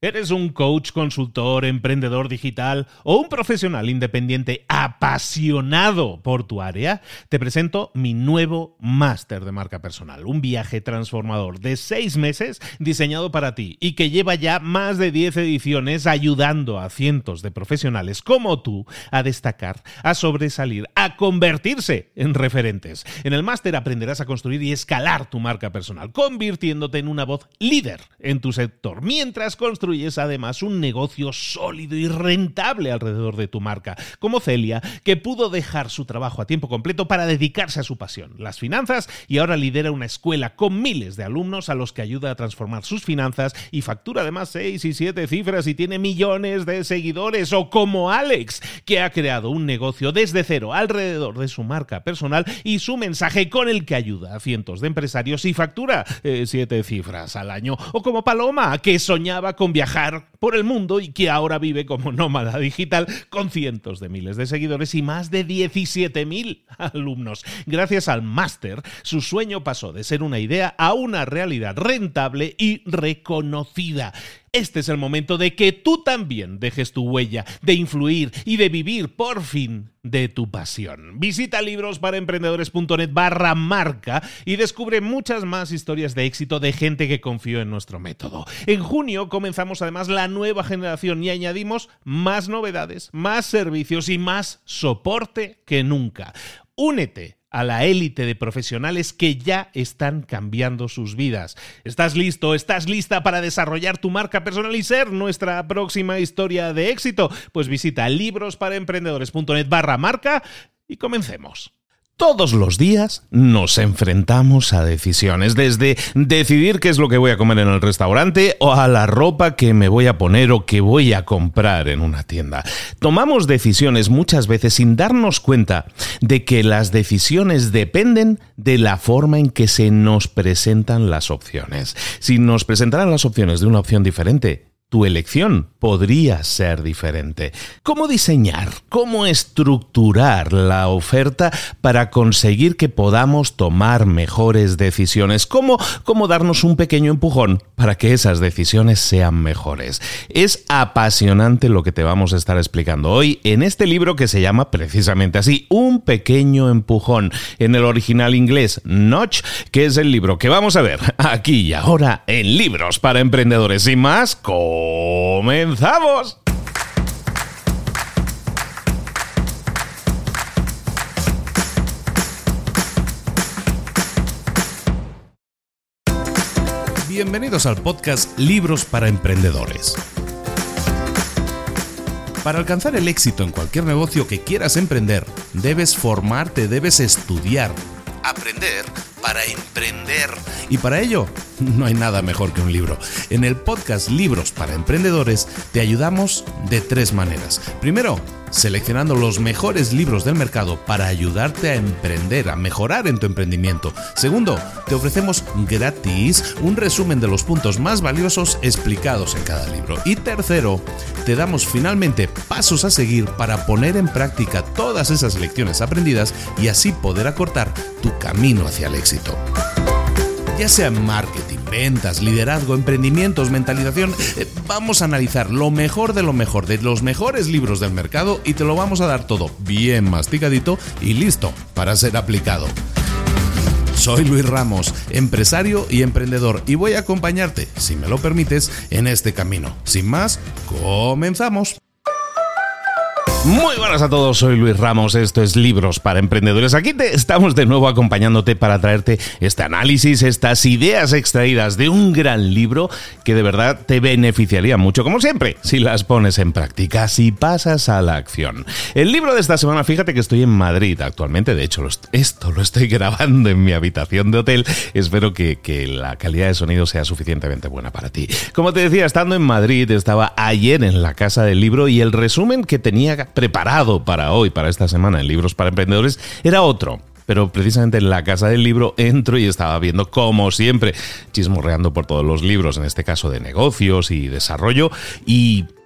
¿Eres un coach, consultor, emprendedor digital o un profesional independiente apasionado por tu área? Te presento mi nuevo máster de marca personal, un viaje transformador de 6 meses diseñado para ti y que lleva ya más de 10 ediciones ayudando a cientos de profesionales como tú a destacar, a sobresalir, a convertirse en referentes. En el máster aprenderás a construir y escalar tu marca personal, convirtiéndote en una voz líder en tu sector, mientras construyes además un negocio sólido y rentable alrededor de tu marca, como Celia, que pudo dejar su trabajo a tiempo completo para dedicarse a su pasión, las finanzas, y ahora lidera una escuela con miles de alumnos a los que ayuda a transformar sus finanzas y factura además 6 y 7 cifras y tiene millones de seguidores. O como Alex, que ha creado un negocio desde cero alrededor de su marca personal y su mensaje, con el que ayuda a cientos de empresarios y factura 7 cifras al año. O como Paloma, que soñaba con viajar por el mundo y que ahora vive como nómada digital con cientos de miles de seguidores y más de 17.000 alumnos. Gracias al máster, su sueño pasó de ser una idea a una realidad rentable y reconocida. Este es el momento de que tú también dejes tu huella, de influir y de vivir por fin de tu pasión. Visita librosparaemprendedores.net/marca y descubre muchas más historias de éxito de gente que confió en nuestro método. En junio comenzamos además la nueva generación y añadimos más novedades, más servicios y más soporte que nunca. Únete a la élite de profesionales que ya están cambiando sus vidas. ¿Estás listo? ¿Estás lista para desarrollar tu marca personal y ser nuestra próxima historia de éxito? Pues visita librosparaemprendedores.net/marca y comencemos. Todos los días nos enfrentamos a decisiones, desde decidir qué es lo que voy a comer en el restaurante o a la ropa que me voy a poner o que voy a comprar en una tienda. Tomamos decisiones muchas veces sin darnos cuenta de que las decisiones dependen de la forma en que se nos presentan las opciones. Si nos presentaran las opciones de una opción diferente, tu elección podría ser diferente. ¿Cómo diseñar, cómo estructurar la oferta para conseguir que podamos tomar mejores decisiones? ¿Cómo darnos un pequeño empujón para que esas decisiones sean mejores? Es apasionante lo que te vamos a estar explicando hoy en este libro que se llama precisamente así, Un pequeño empujón, en el original inglés Nudge, que es el libro que vamos a ver aquí y ahora en Libros para Emprendedores. Sin más, ¡comenzamos! Bienvenidos al podcast Libros para Emprendedores. Para alcanzar el éxito en cualquier negocio que quieras emprender, debes formarte, debes estudiar, aprender para emprender. Y para ello, no hay nada mejor que un libro. En el podcast Libros para Emprendedores te ayudamos de 3 maneras. Primero, seleccionando los mejores libros del mercado para ayudarte a emprender, a mejorar en tu emprendimiento. Segundo, te ofrecemos gratis un resumen de los puntos más valiosos explicados en cada libro. Y tercero, te damos finalmente pasos a seguir para poner en práctica todas esas lecciones aprendidas y así poder acortar tu camino hacia el éxito. Ya sea marketing, ventas, liderazgo, emprendimientos, mentalización, vamos a analizar lo mejor de los mejores libros del mercado y te lo vamos a dar todo bien masticadito y listo para ser aplicado. Soy Luis Ramos, empresario y emprendedor, y voy a acompañarte, si me lo permites, en este camino. Sin más, comenzamos. Muy buenas a todos, soy Luis Ramos, esto es Libros para Emprendedores. Aquí estamos de nuevo acompañándote para traerte este análisis, estas ideas extraídas de un gran libro que de verdad te beneficiaría mucho, como siempre, si las pones en práctica, si pasas a la acción. El libro de esta semana, fíjate que estoy en Madrid actualmente, de hecho esto lo estoy grabando en mi habitación de hotel, espero que la calidad de sonido sea suficientemente buena para ti. Como te decía, estando en Madrid, estaba ayer en la Casa del Libro y el resumen que tenía preparado para hoy, para esta semana en Libros para Emprendedores, era otro. Pero precisamente en la Casa del Libro entro y estaba viendo, como siempre, chismorreando por todos los libros, en este caso de negocios y desarrollo, y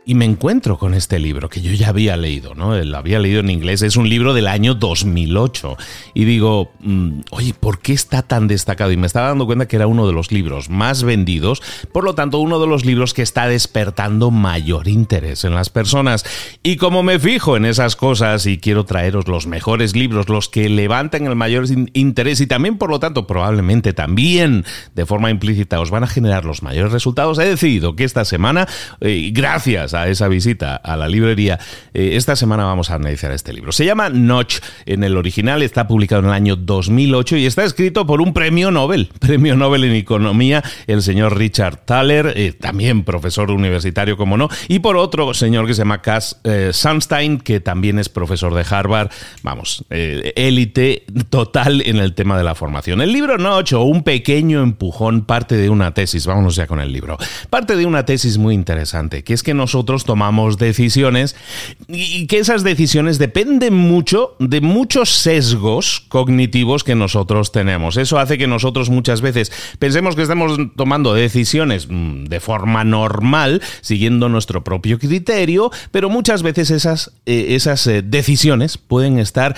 y me encuentro con este libro que yo ya había leído, ¿no? Lo había leído en inglés, es un libro del año 2008. Y digo, oye, ¿por qué está tan destacado? Y me estaba dando cuenta que era uno de los libros más vendidos, por lo tanto, uno de los libros que está despertando mayor interés en las personas. Y como me fijo en esas cosas y quiero traeros los mejores libros, los que levantan el mayor interés y también, por lo tanto, probablemente también de forma implícita os van a generar los mayores resultados, he decidido que esta semana, gracias a esa visita a la librería, esta semana vamos a analizar este libro. Se llama Notch, en el original está publicado en el año 2008 y está escrito por un premio Nobel en economía, el señor Richard Thaler, también profesor universitario, como no, y por otro señor que se llama Cass Sunstein, que también es profesor de Harvard, vamos, élite total en el tema de la formación. El libro Notch, o Un pequeño empujón, parte de una tesis, vámonos ya con el libro, parte de una tesis muy interesante, que es que nosotros tomamos decisiones y que esas decisiones dependen mucho de muchos sesgos cognitivos que nosotros tenemos. Eso hace que nosotros muchas veces pensemos que estamos tomando decisiones de forma normal, siguiendo nuestro propio criterio, pero muchas veces esas decisiones pueden estar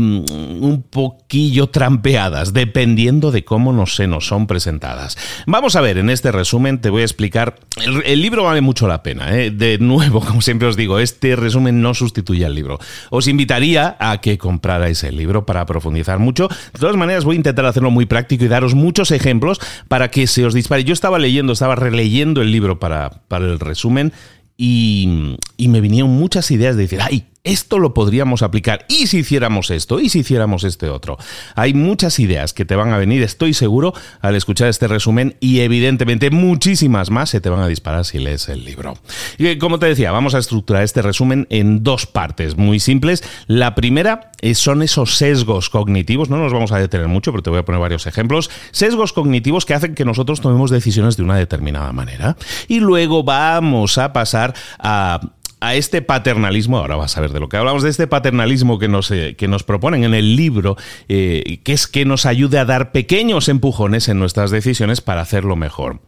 un poquillo trampeadas, dependiendo de cómo se nos son presentadas. Vamos a ver, en este resumen te voy a explicar. El libro vale mucho la pena, ¿eh? De nuevo, como siempre os digo, este resumen no sustituye al libro. Os invitaría a que comprarais el libro para profundizar mucho. De todas maneras, voy a intentar hacerlo muy práctico y daros muchos ejemplos para que se os dispare. Yo estaba releyendo el libro para el resumen y me vinieron muchas ideas de decir, ¡ay! Esto lo podríamos aplicar. ¿Y si hiciéramos esto? ¿Y si hiciéramos este otro? Hay muchas ideas que te van a venir, estoy seguro, al escuchar este resumen, y evidentemente muchísimas más se te van a disparar si lees el libro. Y como te decía, vamos a estructurar este resumen en dos partes muy simples. La primera son esos sesgos cognitivos, no nos vamos a detener mucho, pero te voy a poner varios ejemplos. Sesgos cognitivos que hacen que nosotros tomemos decisiones de una determinada manera. Y luego vamos a pasar a este paternalismo, ahora vas a ver de lo que hablamos, de este paternalismo que nos proponen en el libro, que es que nos ayude a dar pequeños empujones en nuestras decisiones para hacerlo mejor.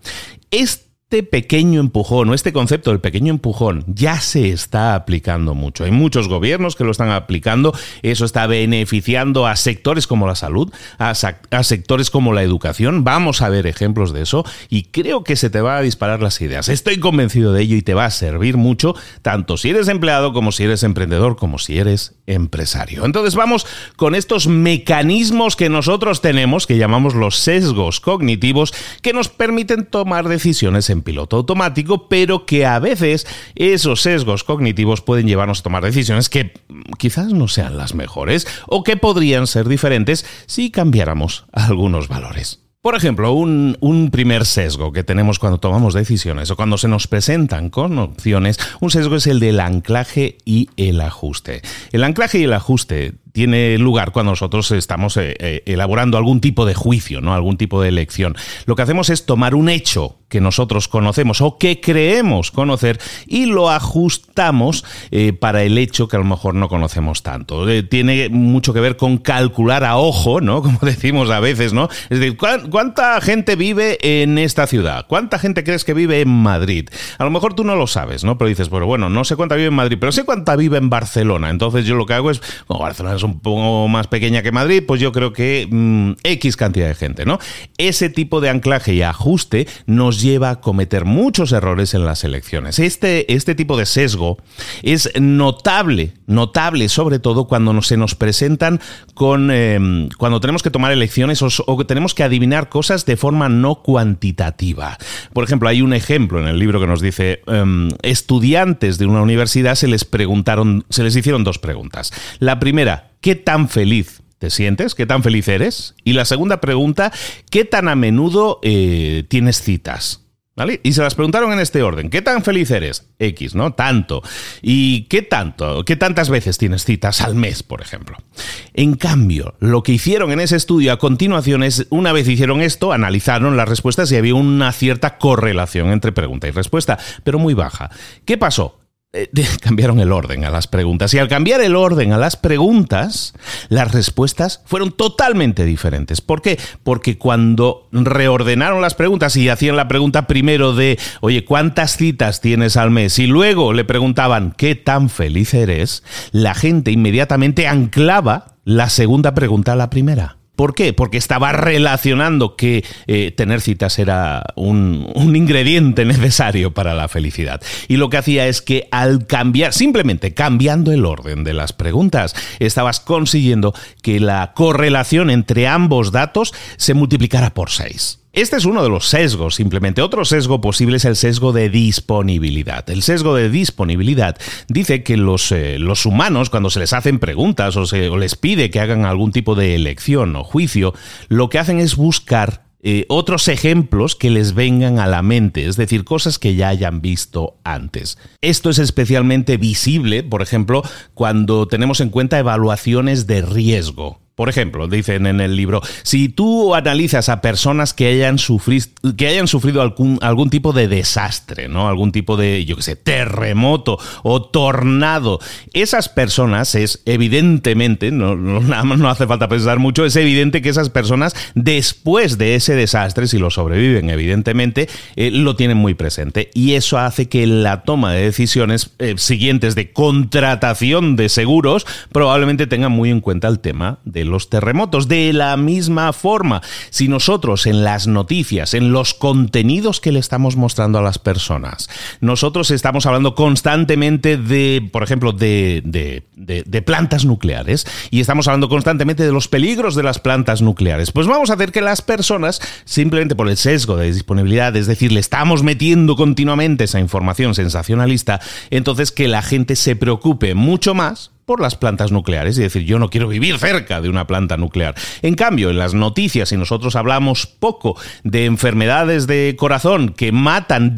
Este pequeño empujón, o este concepto del pequeño empujón, ya se está aplicando mucho. Hay muchos gobiernos que lo están aplicando. Eso está beneficiando a sectores como la salud, a sectores como la educación. Vamos a ver ejemplos de eso y creo que se te va a disparar las ideas. Estoy convencido de ello y te va a servir mucho, tanto si eres empleado, como si eres emprendedor, como si eres empresario. Entonces vamos con estos mecanismos que nosotros tenemos, que llamamos los sesgos cognitivos, que nos permiten tomar decisiones en piloto automático, pero que a veces esos sesgos cognitivos pueden llevarnos a tomar decisiones que quizás no sean las mejores o que podrían ser diferentes si cambiáramos algunos valores. Por ejemplo, un primer sesgo que tenemos cuando tomamos decisiones o cuando se nos presentan con opciones, un sesgo es el del anclaje y el ajuste. El anclaje y el ajuste tiene lugar cuando nosotros estamos elaborando algún tipo de juicio, ¿no? Algún tipo de elección. Lo que hacemos es tomar un hecho que nosotros conocemos o que creemos conocer y lo ajustamos para el hecho que a lo mejor no conocemos tanto. Tiene mucho que ver con calcular a ojo, ¿no? Como decimos a veces, ¿no? Es decir, ¿cuánta gente vive en esta ciudad? ¿Cuánta gente crees que vive en Madrid? A lo mejor tú no lo sabes, ¿no? Pero dices, bueno, no sé cuánta vive en Madrid, pero sé cuánta vive en Barcelona. Entonces yo lo que hago es, como Barcelona es un poco más pequeña que Madrid, pues yo creo que X cantidad de gente, ¿no? Ese tipo de anclaje y ajuste nos lleva a cometer muchos errores en las elecciones. Este tipo de sesgo es notable sobre todo cuando se nos presentan cuando tenemos que tomar elecciones o tenemos que adivinar cosas de forma no cuantitativa. Por ejemplo, hay un ejemplo en el libro que nos dice, estudiantes de una universidad se les hicieron dos preguntas. La primera, ¿qué tan feliz te sientes? ¿Qué tan feliz eres? Y la segunda pregunta, ¿qué tan a menudo tienes citas? ¿Vale? Y se las preguntaron en este orden. ¿Qué tan feliz eres? X, ¿no? Tanto. ¿Y qué tanto? ¿Qué tantas veces tienes citas al mes, por ejemplo? En cambio, lo que hicieron en ese estudio a continuación es, una vez hicieron esto, analizaron las respuestas y había una cierta correlación entre pregunta y respuesta, pero muy baja. ¿Qué pasó? cambiaron el orden a las preguntas. Y al cambiar el orden a las preguntas, las respuestas fueron totalmente diferentes. ¿Por qué? Porque cuando reordenaron las preguntas y hacían la pregunta primero de, oye, ¿cuántas citas tienes al mes? Y luego le preguntaban, ¿qué tan feliz eres? La gente inmediatamente anclaba la segunda pregunta a la primera. ¿Por qué? Porque estaba relacionando que tener citas era un ingrediente necesario para la felicidad. Y lo que hacía es que al cambiar, simplemente cambiando el orden de las preguntas, estabas consiguiendo que la correlación entre ambos datos se multiplicara por 6. Este es uno de los sesgos, simplemente. Otro sesgo posible es el sesgo de disponibilidad. El sesgo de disponibilidad dice que los humanos, cuando se les hacen preguntas o les pide que hagan algún tipo de elección o juicio, lo que hacen es buscar otros ejemplos que les vengan a la mente, es decir, cosas que ya hayan visto antes. Esto es especialmente visible, por ejemplo, cuando tenemos en cuenta evaluaciones de riesgo. Por ejemplo, dicen en el libro, si tú analizas a personas que hayan sufrido algún tipo de desastre, ¿no? Algún tipo de, terremoto o tornado, esas personas es evidentemente, no hace falta pensar mucho, es evidente que esas personas después de ese desastre, si lo sobreviven evidentemente, lo tienen muy presente. Y eso hace que la toma de decisiones siguientes de contratación de seguros probablemente tengan muy en cuenta el tema de los terremotos. De la misma forma, si nosotros en las noticias, en los contenidos que le estamos mostrando a las personas, nosotros estamos hablando constantemente de, por ejemplo, de plantas nucleares, y estamos hablando constantemente de los peligros de las plantas nucleares, pues vamos a hacer que las personas, simplemente por el sesgo de disponibilidad, es decir, le estamos metiendo continuamente esa información sensacionalista, entonces que la gente se preocupe mucho más por las plantas nucleares y decir, yo no quiero vivir cerca de una planta nuclear. En cambio, en las noticias, si nosotros hablamos poco de enfermedades de corazón que matan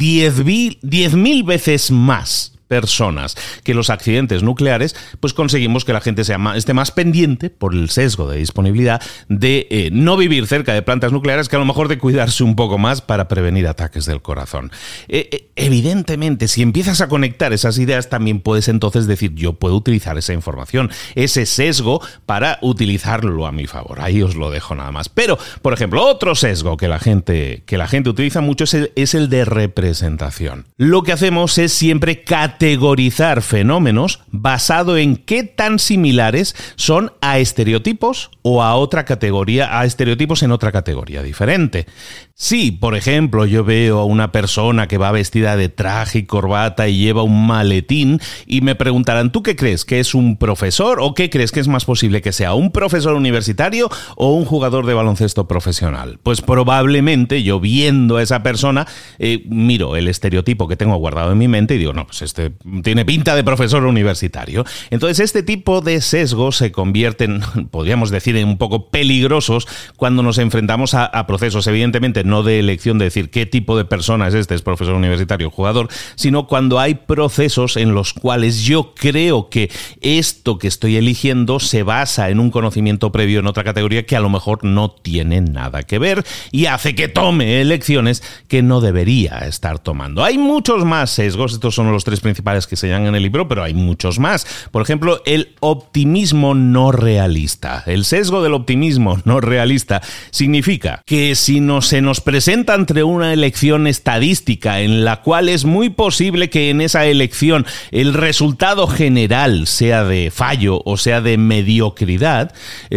10.000 veces más personas que los accidentes nucleares, pues conseguimos que la gente esté más pendiente, por el sesgo de disponibilidad, de no vivir cerca de plantas nucleares, que a lo mejor de cuidarse un poco más para prevenir ataques del corazón. Evidentemente, si empiezas a conectar esas ideas, también puedes entonces decir, yo puedo utilizar esa información, ese sesgo, para utilizarlo a mi favor. Ahí os lo dejo nada más. Pero, por ejemplo, otro sesgo que la gente utiliza mucho es el de representación. Lo que hacemos es siempre categorizar fenómenos basado en qué tan similares son a estereotipos o a otra categoría, a estereotipos en otra categoría diferente. Si, por ejemplo, yo veo a una persona que va vestida de traje y corbata y lleva un maletín y me preguntarán, ¿tú qué crees? ¿Que es un profesor o qué crees que es más posible que sea un profesor universitario o un jugador de baloncesto profesional? Pues probablemente yo, viendo a esa persona, miro el estereotipo que tengo guardado en mi mente y digo, no, pues este tiene pinta de profesor universitario. Entonces este tipo de sesgos se convierten, podríamos decir, en un poco peligrosos cuando nos enfrentamos a procesos, evidentemente no de elección de decir qué tipo de persona es este, es profesor universitario o jugador, sino cuando hay procesos en los cuales yo creo que esto que estoy eligiendo se basa en un conocimiento previo en otra categoría que a lo mejor no tiene nada que ver y hace que tome elecciones que no debería estar tomando. Hay muchos más sesgos, estos son los tres principales que se llaman en el libro, pero hay muchos más. Por ejemplo, el optimismo no realista. El sesgo del optimismo no realista significa que si se nos presenta ante una elección estadística en la cual es muy posible que en esa elección el resultado general sea de fallo o sea de mediocridad,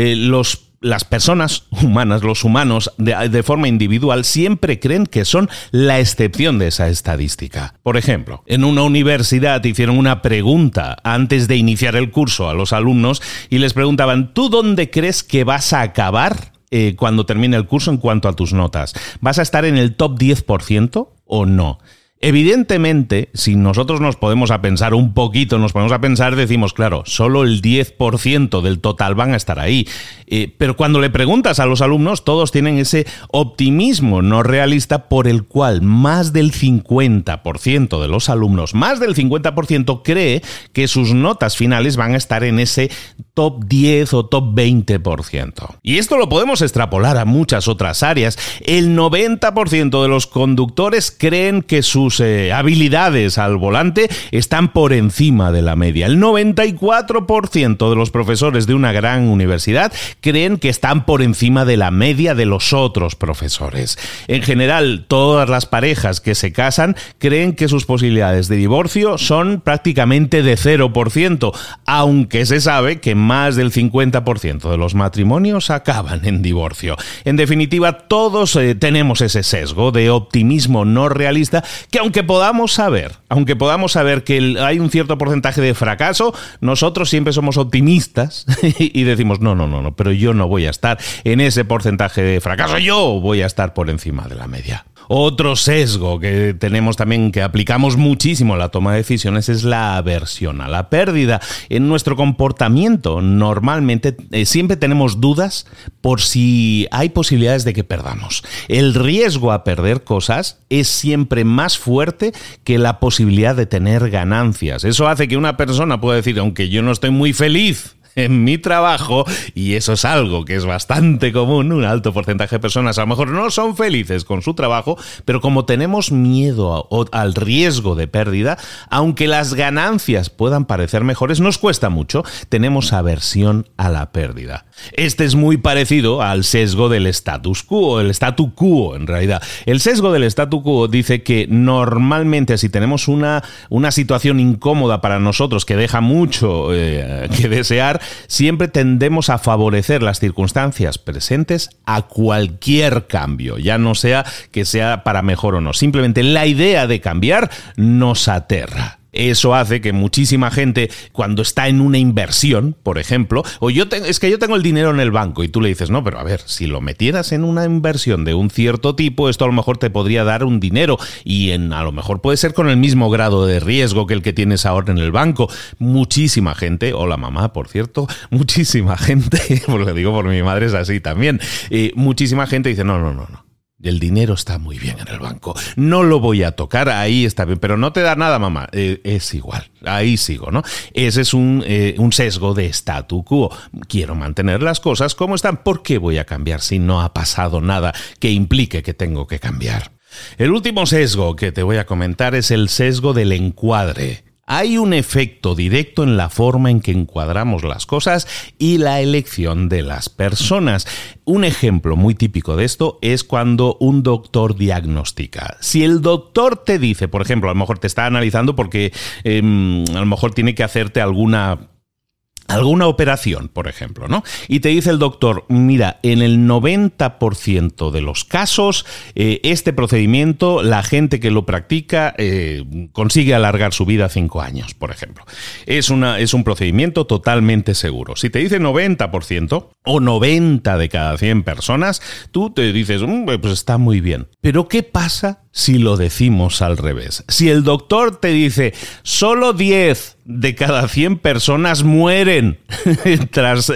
las personas humanas, los humanos, de forma individual, siempre creen que son la excepción de esa estadística. Por ejemplo, en una universidad hicieron una pregunta antes de iniciar el curso a los alumnos y les preguntaban, ¿tú dónde crees que vas a acabar cuando termine el curso en cuanto a tus notas? ¿Vas a estar en el top 10% o no? Evidentemente, si nosotros nos podemos pensar un poquito, decimos, claro, solo el 10% del total van a estar ahí. Pero cuando le preguntas a los alumnos, todos tienen ese optimismo no realista por el cual más del 50% de los alumnos, más del 50% cree que sus notas finales van a estar en ese top 10 o top 20%. Y esto lo podemos extrapolar a muchas otras áreas. El 90% de los conductores creen que sus habilidades al volante están por encima de la media. El 94% de los profesores de una gran universidad creen que están por encima de la media de los otros profesores. En general, todas las parejas que se casan creen que sus posibilidades de divorcio son prácticamente de 0%, aunque se sabe que más del 50% de los matrimonios acaban en divorcio. En definitiva, todos tenemos ese sesgo de optimismo no realista que aunque podamos saber que hay un cierto porcentaje de fracaso, nosotros siempre somos optimistas y decimos no, pero yo no voy a estar en ese porcentaje de fracaso, yo voy a estar por encima de la media. Otro sesgo que tenemos también, que aplicamos muchísimo a la toma de decisiones, es la aversión a la pérdida. En nuestro comportamiento normalmente siempre tenemos dudas por si hay posibilidades de que perdamos. El riesgo a perder cosas es siempre más fuerte que la posibilidad de tener ganancias. Eso hace que una persona pueda decir, aunque yo no estoy muy feliz en mi trabajo, y eso es algo que es bastante común, un alto porcentaje de personas a lo mejor no son felices con su trabajo, pero como tenemos miedo al riesgo de pérdida, aunque las ganancias puedan parecer mejores, nos cuesta mucho, tenemos aversión a la pérdida. Este es muy parecido al sesgo del status quo, el statu quo en realidad. El sesgo del statu quo dice que normalmente si tenemos una situación incómoda para nosotros que deja mucho que desear, siempre tendemos a favorecer las circunstancias presentes a cualquier cambio, ya no sea que sea para mejor o no. Simplemente la idea de cambiar nos aterra. Eso hace que muchísima gente, cuando está en una inversión, por ejemplo, es que yo tengo el dinero en el banco, y tú le dices, no, pero a ver, si lo metieras en una inversión de un cierto tipo, esto a lo mejor te podría dar un dinero, y a lo mejor puede ser con el mismo grado de riesgo que el que tienes ahora en el banco. Muchísima gente, hola mamá, por cierto, muchísima gente, porque lo digo por mi madre es así también, muchísima gente dice, no. El dinero está muy bien en el banco, no lo voy a tocar, ahí está bien, pero no te da nada, mamá. Es igual, ahí sigo, ¿no? Ese es un sesgo de statu quo. Quiero mantener las cosas como están. ¿Por qué voy a cambiar si no ha pasado nada que implique que tengo que cambiar? El último sesgo que te voy a comentar es el sesgo del encuadre. Hay un efecto directo en la forma en que encuadramos las cosas y la elección de las personas. Un ejemplo muy típico de esto es cuando un doctor diagnostica. Si el doctor te dice, por ejemplo, a lo mejor te está analizando porque a lo mejor tiene que hacerte alguna operación, por ejemplo, ¿no? Y te dice el doctor, mira, en el 90% de los casos, este procedimiento, la gente que lo practica consigue alargar su vida 5 años, por ejemplo. Es un procedimiento totalmente seguro. Si te dice 90% o 90 de cada 100 personas, tú te dices, pues está muy bien. Pero ¿qué pasa si lo decimos al revés? Si el doctor te dice, solo 10 de cada 100 personas mueren tras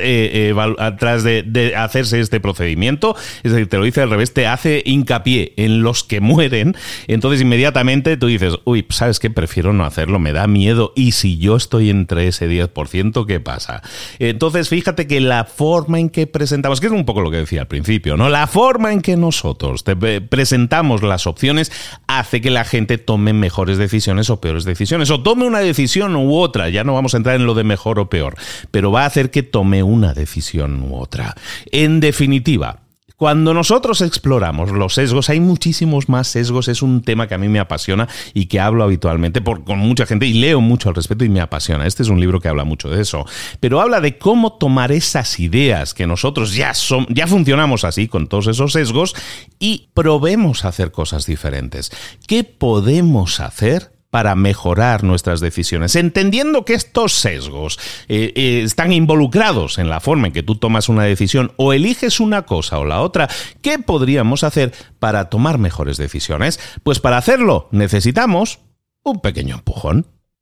de hacerse este procedimiento, es decir, te lo dice al revés, te hace hincapié en los que mueren, entonces inmediatamente tú dices, uy, ¿sabes qué? Prefiero no hacerlo, me da miedo, y si yo estoy entre ese 10%, ¿qué pasa? Entonces, fíjate que la forma en que presentamos, que es un poco lo que decía al principio, ¿no? La forma en que nosotros te presentamos las opciones hace que la gente tome mejores decisiones o peores decisiones, o tome una decisión u otra. Ya no vamos a entrar en lo de mejor o peor, pero va a hacer que tome una decisión u otra. En definitiva, cuando nosotros exploramos los sesgos, hay muchísimos más sesgos. Es un tema que a mí me apasiona y que hablo habitualmente con mucha gente y leo mucho al respecto y me apasiona. Este es un libro que habla mucho de eso, pero habla de cómo tomar esas ideas que nosotros ya funcionamos así con todos esos sesgos y probemos a hacer cosas diferentes. ¿Qué podemos hacer para mejorar nuestras decisiones? Entendiendo que estos sesgos están involucrados en la forma en que tú tomas una decisión o eliges una cosa o la otra, ¿qué podríamos hacer para tomar mejores decisiones? Pues para hacerlo necesitamos un pequeño empujón.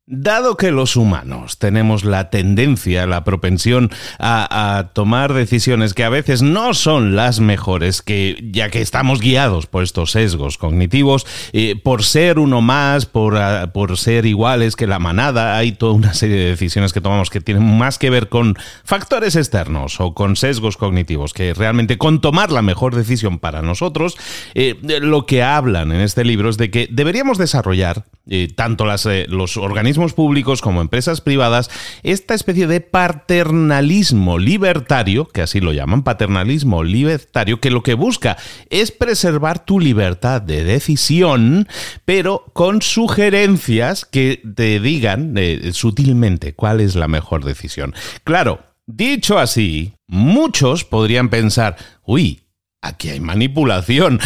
Dado que los humanos tenemos la tendencia, la propensión a tomar decisiones que a veces no son las mejores, ya que estamos guiados por estos sesgos cognitivos, por ser uno más, por ser iguales que la manada, hay toda una serie de decisiones que tomamos que tienen más que ver con factores externos o con sesgos cognitivos que realmente con tomar la mejor decisión para nosotros. Lo que hablan en este libro es de que deberíamos desarrollar tanto los organismos públicos como empresas privadas, esta especie de paternalismo libertario, que así lo llaman, paternalismo libertario, que lo que busca es preservar tu libertad de decisión, pero con sugerencias que te digan sutilmente cuál es la mejor decisión. Claro, dicho así, muchos podrían pensar, uy, aquí hay manipulación,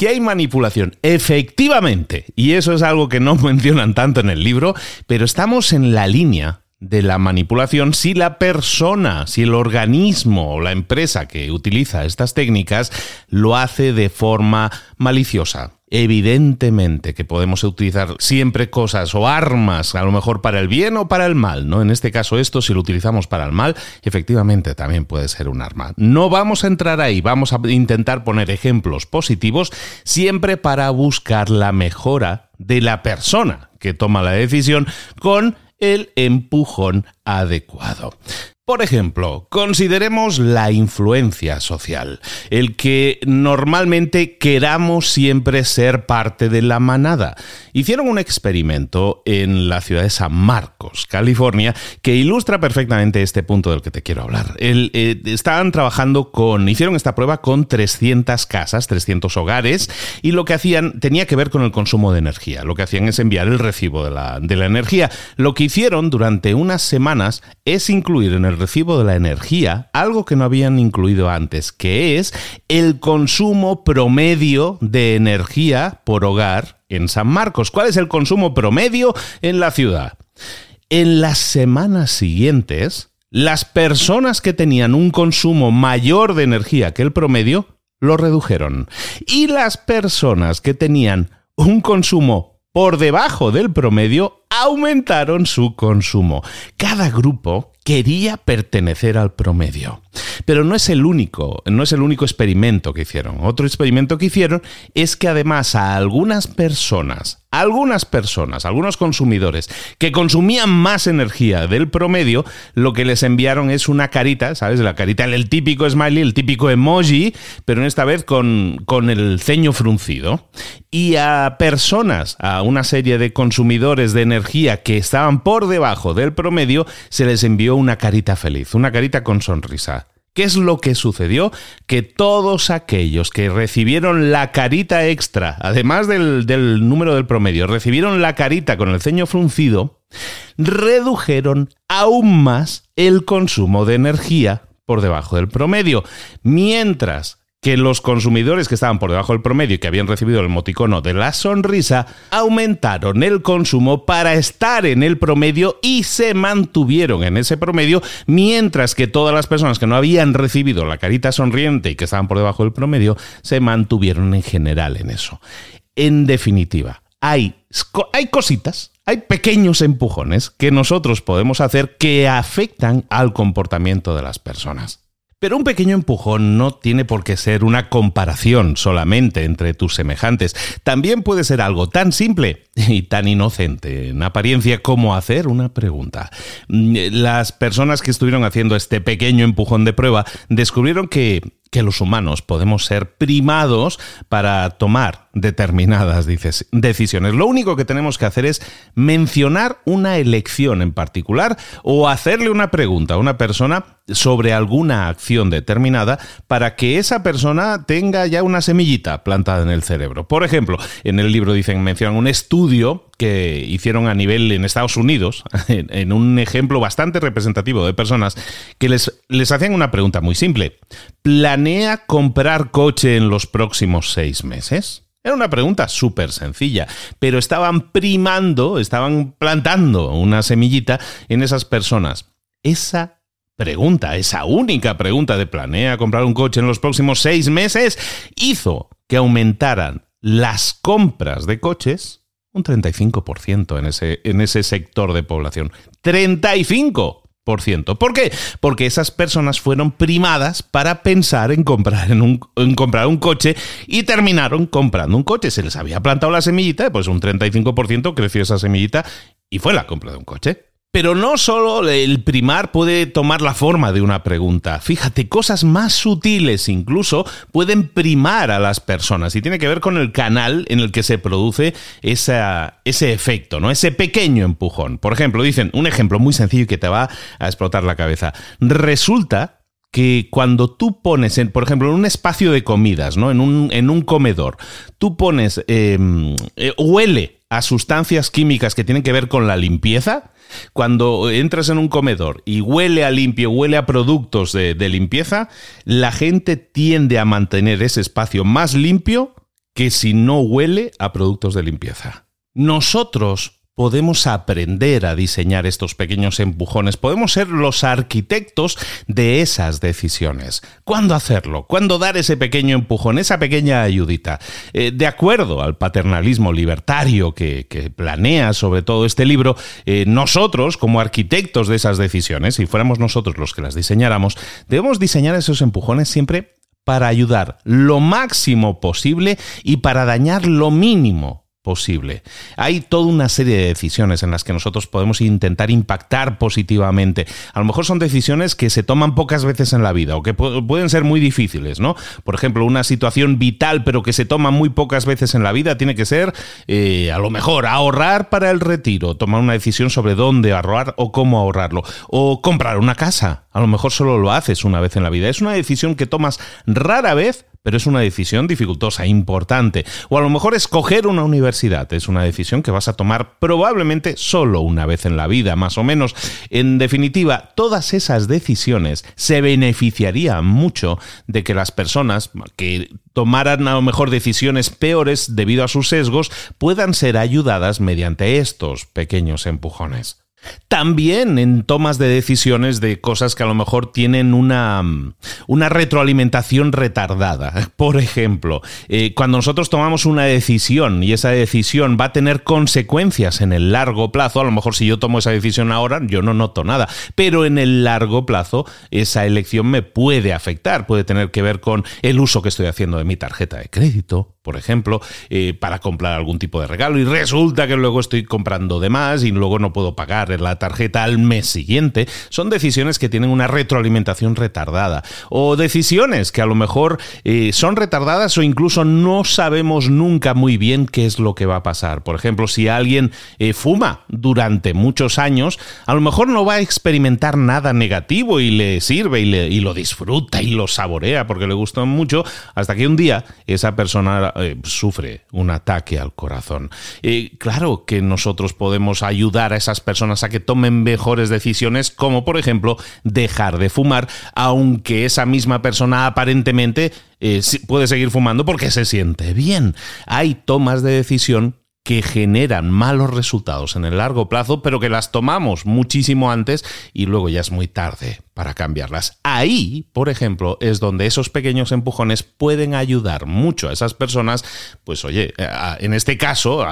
efectivamente, y eso es algo que no mencionan tanto en el libro, pero estamos en la línea de la manipulación si la persona, si el organismo o la empresa que utiliza estas técnicas lo hace de forma maliciosa. Evidentemente que podemos utilizar siempre cosas o armas, a lo mejor para el bien o para el mal, ¿no? En este caso esto, si lo utilizamos para el mal, efectivamente también puede ser un arma. No vamos a entrar ahí, vamos a intentar poner ejemplos positivos siempre para buscar la mejora de la persona que toma la decisión con el empujón adecuado. Por ejemplo, consideremos la influencia social, el que normalmente queramos siempre ser parte de la manada. Hicieron un experimento en la ciudad de San Marcos, California, que ilustra perfectamente este punto del que te quiero hablar. Estaban trabajando hicieron esta prueba con 300 casas, 300 hogares, y lo que hacían tenía que ver con el consumo de energía. Lo que hacían es enviar el recibo de la energía. Lo que hicieron durante unas semanas es incluir en el recibo de la energía algo que no habían incluido antes, que es el consumo promedio de energía por hogar en San Marcos. ¿Cuál es el consumo promedio en la ciudad? En las semanas siguientes, las personas que tenían un consumo mayor de energía que el promedio lo redujeron. Y las personas que tenían un consumo por debajo del promedio aumentaron su consumo. Cada grupo quería pertenecer al promedio. Pero no es el único experimento que hicieron. Otro experimento que hicieron es que además a algunos consumidores que consumían más energía del promedio, lo que les enviaron es una carita, ¿sabes? La carita, el típico smiley, el típico emoji, pero esta vez con el ceño fruncido. Y a una serie de consumidores de energía que estaban por debajo del promedio, se les envió una carita feliz, una carita con sonrisa. ¿Qué es lo que sucedió? Que todos aquellos que recibieron la carita extra, además del número del promedio, recibieron la carita con el ceño fruncido, redujeron aún más el consumo de energía por debajo del promedio, mientras que los consumidores que estaban por debajo del promedio y que habían recibido el emoticono de la sonrisa aumentaron el consumo para estar en el promedio y se mantuvieron en ese promedio, mientras que todas las personas que no habían recibido la carita sonriente y que estaban por debajo del promedio se mantuvieron en general en eso. En definitiva, hay cositas, hay pequeños empujones que nosotros podemos hacer que afectan al comportamiento de las personas. Pero un pequeño empujón no tiene por qué ser una comparación solamente entre tus semejantes. También puede ser algo tan simple y tan inocente en apariencia como hacer una pregunta. Las personas que estuvieron haciendo este pequeño empujón de prueba descubrieron que los humanos podemos ser primados para tomar determinadas decisiones. Lo único que tenemos que hacer es mencionar una elección en particular o hacerle una pregunta a una persona sobre alguna acción determinada para que esa persona tenga ya una semillita plantada en el cerebro. Por ejemplo, en el libro mencionan un estudio que hicieron a nivel en Estados Unidos, en un ejemplo bastante representativo de personas que les hacían una pregunta muy simple. ¿Planea comprar coche en los próximos 6 meses? Era una pregunta súper sencilla, pero estaban plantando una semillita en esas personas. Esa única pregunta de ¿planea comprar un coche en los próximos 6 meses? Hizo que aumentaran las compras de coches Un 35% en ese sector de población. ¡35%! ¿Por qué? Porque esas personas fueron primadas para pensar en comprar un coche y terminaron comprando un coche. Se les había plantado la semillita, pues un 35% creció esa semillita y fue la compra de un coche. Pero no solo el primar puede tomar la forma de una pregunta. Fíjate, cosas más sutiles incluso pueden primar a las personas y tiene que ver con el canal en el que se produce ese efecto, ¿no? Ese pequeño empujón. Por ejemplo, dicen, un ejemplo muy sencillo que te va a explotar la cabeza. Resulta que cuando tú pones, por ejemplo, en un espacio de comidas, ¿no? En un comedor, tú pones, huele a sustancias químicas que tienen que ver con la limpieza. Cuando entras en un comedor y huele a limpio, huele a productos de limpieza, la gente tiende a mantener ese espacio más limpio que si no huele a productos de limpieza. Nosotros podemos aprender a diseñar estos pequeños empujones, podemos ser los arquitectos de esas decisiones. ¿Cuándo hacerlo? ¿Cuándo dar ese pequeño empujón, esa pequeña ayudita? De acuerdo al paternalismo libertario que planea sobre todo este libro, nosotros, como arquitectos de esas decisiones, si fuéramos nosotros los que las diseñáramos, debemos diseñar esos empujones siempre para ayudar lo máximo posible y para dañar lo mínimo posible. Hay toda una serie de decisiones en las que nosotros podemos intentar impactar positivamente. A lo mejor son decisiones que se toman pocas veces en la vida o que pueden ser muy difíciles, ¿no? Por ejemplo, una situación vital pero que se toma muy pocas veces en la vida tiene que ser, a lo mejor, ahorrar para el retiro, tomar una decisión sobre dónde ahorrar o cómo ahorrarlo, o comprar una casa. A lo mejor solo lo haces una vez en la vida. Es una decisión que tomas rara vez, pero es una decisión dificultosa, importante. O a lo mejor escoger una universidad es una decisión que vas a tomar probablemente solo una vez en la vida, más o menos. En definitiva, todas esas decisiones se beneficiarían mucho de que las personas que tomaran a lo mejor decisiones peores debido a sus sesgos puedan ser ayudadas mediante estos pequeños empujones. También en tomas de decisiones de cosas que a lo mejor tienen una retroalimentación retardada. Por ejemplo, cuando nosotros tomamos una decisión y esa decisión va a tener consecuencias en el largo plazo, a lo mejor si yo tomo esa decisión ahora yo no noto nada, pero en el largo plazo esa elección me puede afectar, puede tener que ver con el uso que estoy haciendo de mi tarjeta de crédito, por ejemplo, para comprar algún tipo de regalo y resulta que luego estoy comprando de más y luego no puedo pagar la tarjeta al mes siguiente. Son decisiones que tienen una retroalimentación retardada o decisiones que a lo mejor son retardadas o incluso no sabemos nunca muy bien qué es lo que va a pasar. Por ejemplo, si alguien fuma durante muchos años, a lo mejor no va a experimentar nada negativo y le sirve y lo disfruta y lo saborea porque le gusta mucho hasta que un día esa persona sufre un ataque al corazón. Claro que nosotros podemos ayudar a esas personas a que tomen mejores decisiones, como por ejemplo dejar de fumar, aunque esa misma persona aparentemente puede seguir fumando porque se siente bien. Hay tomas de decisión que generan malos resultados en el largo plazo, pero que las tomamos muchísimo antes y luego ya es muy tarde para cambiarlas. Ahí, por ejemplo, es donde esos pequeños empujones pueden ayudar mucho a esas personas, pues oye, en este caso,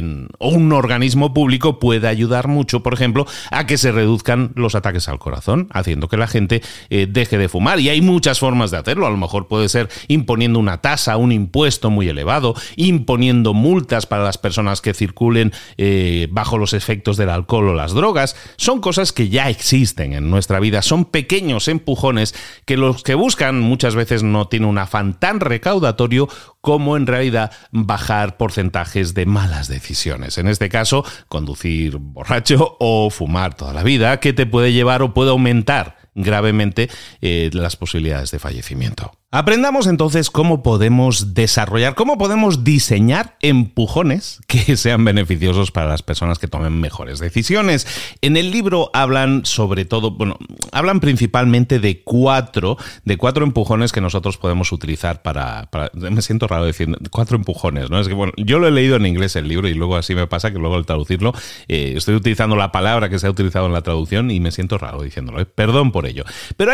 un organismo público puede ayudar mucho, por ejemplo, a que se reduzcan los ataques al corazón, haciendo que la gente deje de fumar. Y hay muchas formas de hacerlo. A lo mejor puede ser imponiendo una tasa, un impuesto muy elevado, imponiendo multas para las personas que circulen bajo los efectos del alcohol o las drogas. Son cosas que ya existen en nuestra vida, son pequeños empujones que los que buscan muchas veces no tienen un afán tan recaudatorio como en realidad bajar porcentajes de malas decisiones. En este caso, conducir borracho o fumar toda la vida, que te puede llevar o puede aumentar gravemente las posibilidades de fallecimiento. Aprendamos entonces cómo podemos desarrollar, cómo podemos diseñar empujones que sean beneficiosos para las personas que tomen mejores decisiones. En el libro hablan sobre todo, hablan principalmente de cuatro empujones que nosotros podemos utilizar para me siento raro decir 4 empujones, ¿no? Es que yo lo he leído en inglés el libro y luego así me pasa que luego al traducirlo estoy utilizando la palabra que se ha utilizado en la traducción y me siento raro diciéndolo, Perdón por ello. Pero hay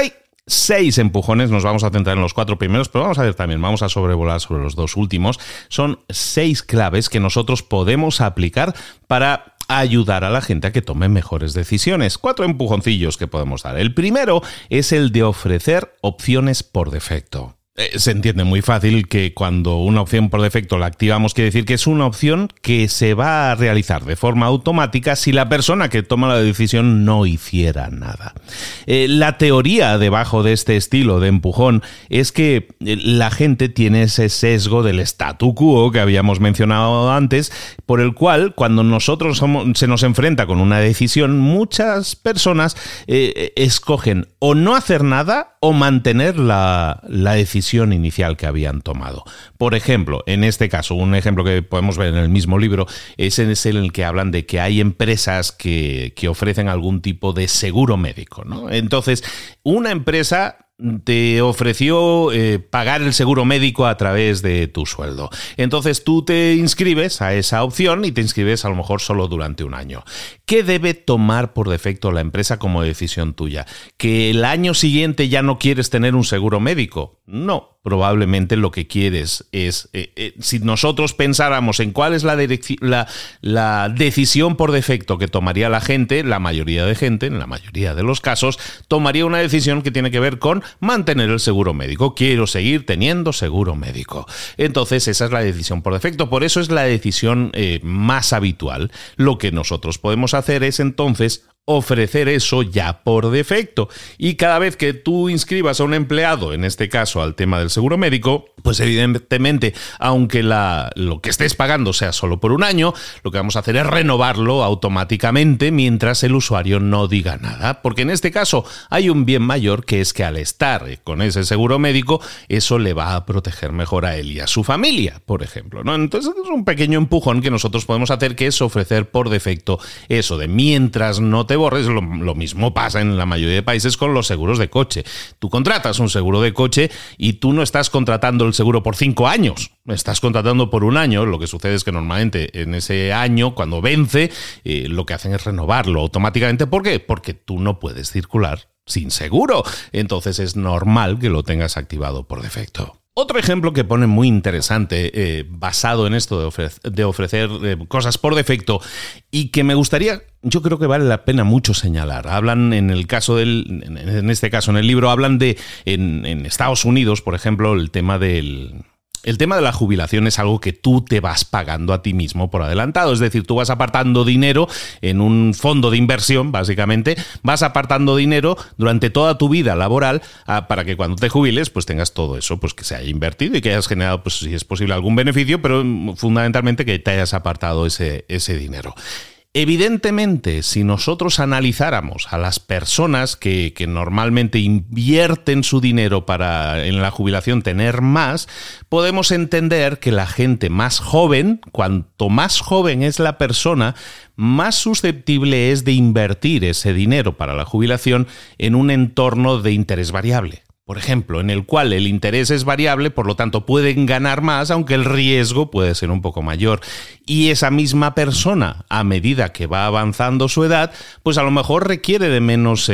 6 empujones, nos vamos a centrar en los 4 primeros, pero vamos a sobrevolar sobre los 2 últimos. Son 6 claves que nosotros podemos aplicar para ayudar a la gente a que tome mejores decisiones. 4 empujoncillos que podemos dar. El primero es el de ofrecer opciones por defecto. Se entiende muy fácil que cuando una opción por defecto la activamos quiere decir que es una opción que se va a realizar de forma automática si la persona que toma la decisión no hiciera nada. La teoría debajo de este estilo de empujón es que la gente tiene ese sesgo del statu quo que habíamos mencionado antes, por el cual cuando nosotros se nos enfrenta con una decisión, muchas personas escogen o no hacer nada o mantener la decisión inicial que habían tomado. Por ejemplo, en este caso, un ejemplo que podemos ver en el mismo libro es en el que hablan de que hay empresas que ofrecen algún tipo de seguro médico, ¿no? Entonces, una empresa te ofreció pagar el seguro médico a través de tu sueldo. Entonces tú te inscribes a esa opción y te inscribes a lo mejor solo durante un año. ¿Qué debe tomar por defecto la empresa como decisión tuya? ¿Que el año siguiente ya no quieres tener un seguro médico? No. Probablemente lo que quieres es, si nosotros pensáramos en cuál es la decisión por defecto que tomaría la gente, la mayoría de gente, en la mayoría de los casos, tomaría una decisión que tiene que ver con mantener el seguro médico. Quiero seguir teniendo seguro médico. Entonces, esa es la decisión por defecto. Por eso es la decisión más habitual. Lo que nosotros podemos hacer es entonces ofrecer eso ya por defecto. Y cada vez que tú inscribas a un empleado, en este caso al tema del seguro médico, pues evidentemente, aunque lo que estés pagando sea solo por un año, lo que vamos a hacer es renovarlo automáticamente mientras el usuario no diga nada. Porque en este caso hay un bien mayor, que es que al estar con ese seguro médico, eso le va a proteger mejor a él y a su familia, por ejemplo, ¿no? Entonces es un pequeño empujón que nosotros podemos hacer, que es ofrecer por defecto eso de mientras no te borres. Lo mismo pasa en la mayoría de países con los seguros de coche. Tú contratas un seguro de coche y tú no estás contratando el seguro por 5 años, estás contratando por un año. Lo que sucede es que normalmente en ese año, cuando vence, lo que hacen es renovarlo automáticamente. ¿Por qué? Porque tú no puedes circular sin seguro. Entonces es normal que lo tengas activado por defecto. Otro ejemplo que pone muy interesante, basado en esto de ofrecer cosas por defecto, y que me gustaría, yo creo que vale la pena mucho señalar. Hablan en este caso en el libro, hablan de en Estados Unidos, por ejemplo, el tema de la jubilación es algo que tú te vas pagando a ti mismo por adelantado. Es decir, tú vas apartando dinero en un fondo de inversión, básicamente, vas apartando dinero durante toda tu vida laboral para que cuando te jubiles, pues tengas todo eso, pues que se haya invertido y que hayas generado, pues si es posible, algún beneficio, pero fundamentalmente que te hayas apartado ese dinero. Evidentemente, si nosotros analizáramos a las personas que normalmente invierten su dinero para en la jubilación tener más, podemos entender que la gente más joven, cuanto más joven es la persona, más susceptible es de invertir ese dinero para la jubilación en un entorno de interés variable. Por ejemplo, en el cual el interés es variable, por lo tanto pueden ganar más, aunque el riesgo puede ser un poco mayor. Y esa misma persona, a medida que va avanzando su edad, pues a lo mejor requiere de menos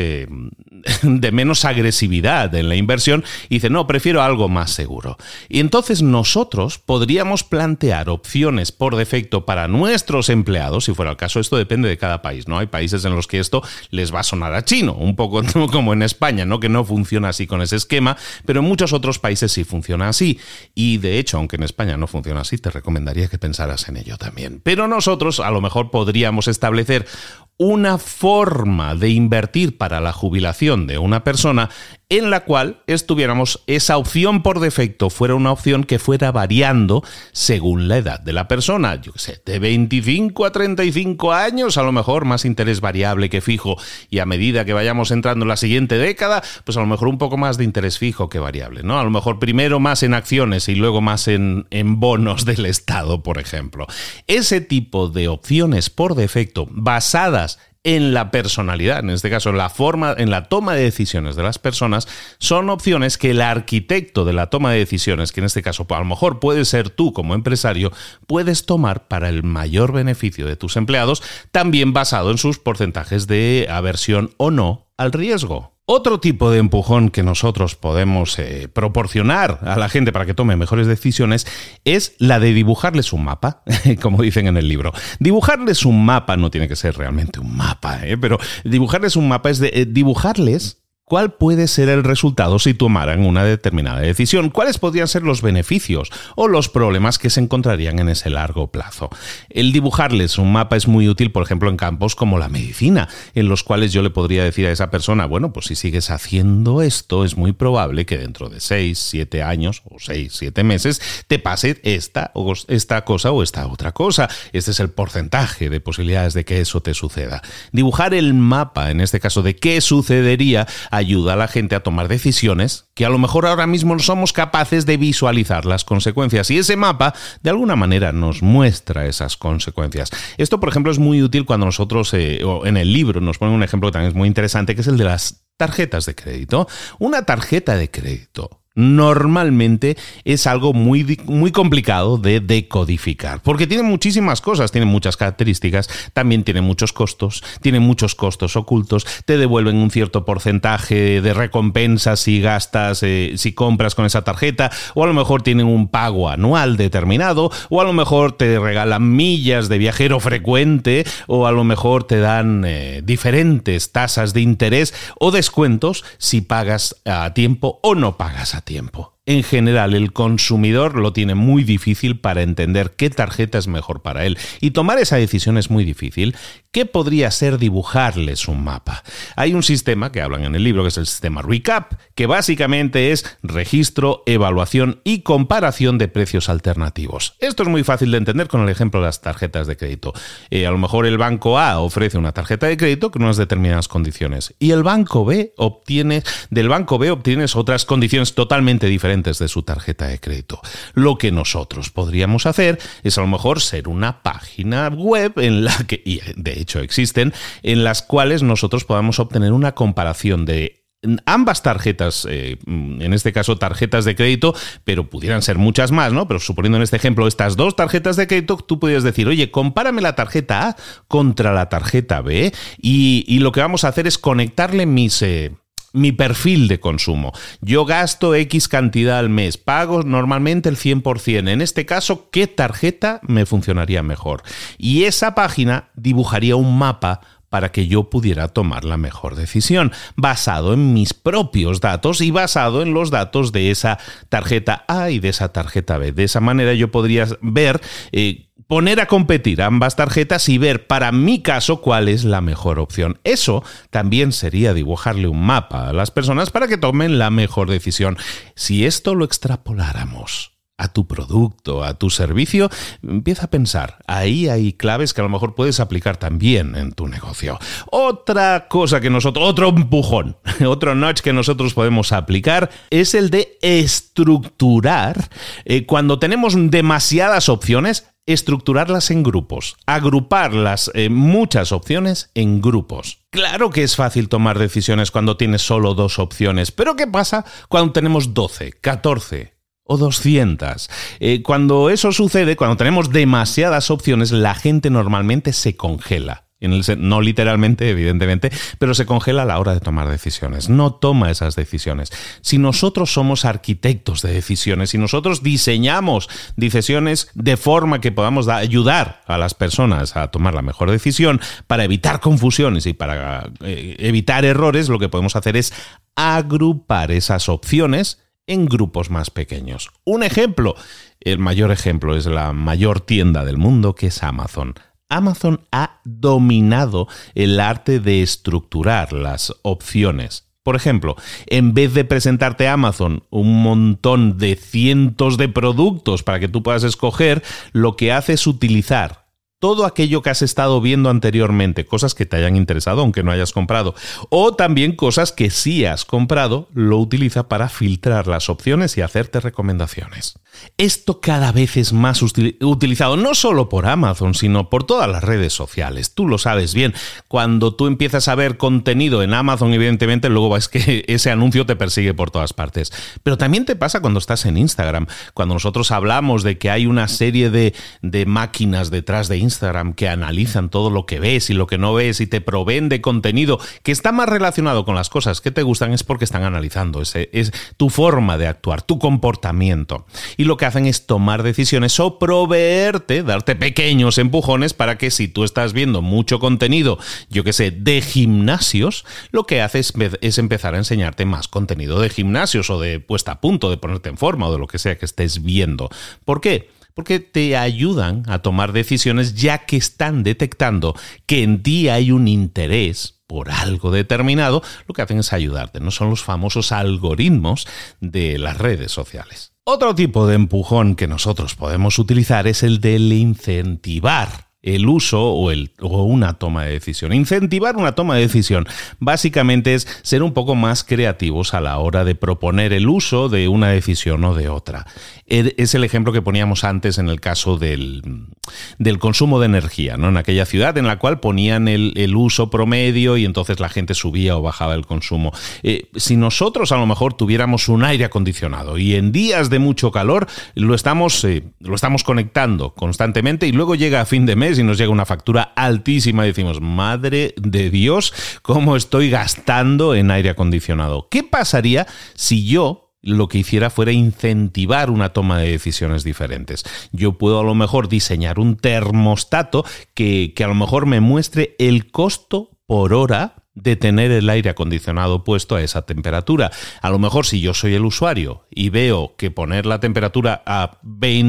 agresividad en la inversión y dice, no, prefiero algo más seguro. Y entonces nosotros podríamos plantear opciones por defecto para nuestros empleados, si fuera el caso. Esto depende de cada país, ¿no? Hay países en los que esto les va a sonar a chino, un poco como en España, ¿no? Que no funciona así con ese esquema, pero en muchos otros países sí funciona así. Y de hecho, aunque en España no funciona así, te recomendaría que pensaras en ello también. Pero nosotros a lo mejor podríamos establecer una forma de invertir para la jubilación de una persona en la cual estuviéramos esa opción por defecto, fuera una opción que fuera variando según la edad de la persona. Yo qué sé, de 25 a 35 años, a lo mejor más interés variable que fijo, y a medida que vayamos entrando en la siguiente década, pues a lo mejor un poco más de interés fijo que variable, ¿no? A lo mejor primero más en acciones y luego más en bonos del Estado, por ejemplo. Ese tipo de opciones por defecto basadas en la personalidad, en este caso en la toma de decisiones de las personas, son opciones que el arquitecto de la toma de decisiones, que en este caso a lo mejor puede ser tú como empresario, puedes tomar para el mayor beneficio de tus empleados, también basado en sus porcentajes de aversión o no al riesgo. Otro tipo de empujón que nosotros podemos proporcionar a la gente para que tome mejores decisiones es la de dibujarles un mapa, como dicen en el libro. Dibujarles un mapa no tiene que ser realmente un mapa, pero dibujarles un mapa es de dibujarles ¿cuál puede ser el resultado si tomaran una determinada decisión? ¿Cuáles podrían ser los beneficios o los problemas que se encontrarían en ese largo plazo? El dibujarles un mapa es muy útil, por ejemplo, en campos como la medicina, en los cuales yo le podría decir a esa persona, bueno, pues si sigues haciendo esto, es muy probable que dentro de 6, 7 años o 6, 7 meses te pase esta cosa o esta otra cosa. Este es el porcentaje de posibilidades de que eso te suceda. Dibujar el mapa, en este caso, de qué sucedería, ayuda a la gente a tomar decisiones que a lo mejor ahora mismo no somos capaces de visualizar las consecuencias. Y ese mapa, de alguna manera, nos muestra esas consecuencias. Esto, por ejemplo, es muy útil cuando nosotros, en el libro, nos ponen un ejemplo que también es muy interesante, que es el de las tarjetas de crédito. Una tarjeta de crédito normalmente es algo muy, muy complicado de decodificar, porque tiene muchísimas cosas, tiene muchas características, también tiene muchos costos ocultos, te devuelven un cierto porcentaje de recompensa si gastas, si compras con esa tarjeta, o a lo mejor tienen un pago anual determinado, o a lo mejor te regalan millas de viajero frecuente, o a lo mejor te dan diferentes tasas de interés o descuentos si pagas a tiempo o no pagas a tiempo. En general, el consumidor lo tiene muy difícil para entender qué tarjeta es mejor para él. Y tomar esa decisión es muy difícil. ¿Qué podría ser dibujarles un mapa? Hay un sistema que hablan en el libro, que es el sistema RECAP, que básicamente es registro, evaluación y comparación de precios alternativos. Esto es muy fácil de entender con el ejemplo de las tarjetas de crédito. A lo mejor el banco A ofrece una tarjeta de crédito con unas determinadas condiciones y del banco B obtienes otras condiciones totalmente diferentes de su tarjeta de crédito. Lo que nosotros podríamos hacer es a lo mejor ser una página web en la que, y de hecho existen, en las cuales nosotros podamos obtener una comparación de ambas tarjetas, en este caso tarjetas de crédito, pero pudieran ser muchas más, ¿no? Pero suponiendo en este ejemplo estas dos tarjetas de crédito, tú podrías decir, oye, compárame la tarjeta A contra la tarjeta B y lo que vamos a hacer es conectarle mi perfil de consumo. Yo gasto X cantidad al mes, pago normalmente el 100%. En este caso, ¿qué tarjeta me funcionaría mejor? Y esa página dibujaría un mapa para que yo pudiera tomar la mejor decisión, basado en mis propios datos y basado en los datos de esa tarjeta A y de esa tarjeta B. De esa manera yo podría ver, poner a competir ambas tarjetas y ver para mi caso cuál es la mejor opción. Eso también sería dibujarle un mapa a las personas para que tomen la mejor decisión. Si esto lo extrapoláramos a tu producto, a tu servicio, empieza a pensar. Ahí hay claves que a lo mejor puedes aplicar también en tu negocio. Otra cosa que otro empujón, otro notch que nosotros podemos aplicar es el de estructurar. Cuando tenemos demasiadas opciones, estructurarlas en grupos, agrupar las muchas opciones en grupos. Claro que es fácil tomar decisiones cuando tienes solo 2 opciones, pero ¿qué pasa cuando tenemos 12, 14 o 200? Cuando eso sucede, cuando tenemos demasiadas opciones, la gente normalmente se congela. No literalmente, evidentemente, pero se congela a la hora de tomar decisiones. No toma esas decisiones. Si nosotros somos arquitectos de decisiones, si nosotros diseñamos decisiones de forma que podamos ayudar a las personas a tomar la mejor decisión para evitar confusiones y para evitar errores, lo que podemos hacer es agrupar esas opciones en grupos más pequeños. Un ejemplo, el mayor ejemplo es la mayor tienda del mundo, que es Amazon. Amazon ha dominado el arte de estructurar las opciones. Por ejemplo, en vez de presentarte Amazon un montón de cientos de productos para que tú puedas escoger, lo que hace es utilizar todo aquello que has estado viendo anteriormente, cosas que te hayan interesado aunque no hayas comprado, o también cosas que sí has comprado, lo utiliza para filtrar las opciones y hacerte recomendaciones. Esto cada vez es más utilizado no solo por Amazon, sino por todas las redes sociales. Tú lo sabes bien. Cuando tú empiezas a ver contenido en Amazon, evidentemente, luego ves que ese anuncio te persigue por todas partes. Pero también te pasa cuando estás en Instagram. Cuando nosotros hablamos de que hay una serie de máquinas detrás de Instagram que analizan todo lo que ves y lo que no ves y te proveen de contenido que está más relacionado con las cosas que te gustan, es porque están analizando. Es tu forma de actuar, tu comportamiento. Y lo que hacen es tomar decisiones o proveerte, darte pequeños empujones para que si tú estás viendo mucho contenido, yo que sé, de gimnasios, lo que hace es empezar a enseñarte más contenido de gimnasios o de puesta a punto, de ponerte en forma o de lo que sea que estés viendo. ¿Por qué? Porque te ayudan a tomar decisiones ya que están detectando que en ti hay un interés por algo determinado. Lo que hacen es ayudarte, no son los famosos algoritmos de las redes sociales. Otro tipo de empujón que nosotros podemos utilizar es el del incentivar el uso o una toma de decisión. Incentivar una toma de decisión básicamente es ser un poco más creativos a la hora de proponer el uso de una decisión o de otra. Es el ejemplo que poníamos antes en el caso del consumo de energía, ¿no? En aquella ciudad en la cual ponían el uso promedio y entonces la gente subía o bajaba el consumo. Si nosotros a lo mejor tuviéramos un aire acondicionado y en días de mucho calor lo estamos conectando constantemente y luego llega a fin de mes y nos llega una factura altísima y decimos, madre de Dios, ¿cómo estoy gastando en aire acondicionado? ¿Qué pasaría si yo lo que hiciera fuera incentivar una toma de decisiones diferentes? Yo puedo a lo mejor diseñar un termostato que a lo mejor me muestre el costo por hora de tener el aire acondicionado puesto a esa temperatura. A lo mejor si yo soy el usuario y veo que poner la temperatura a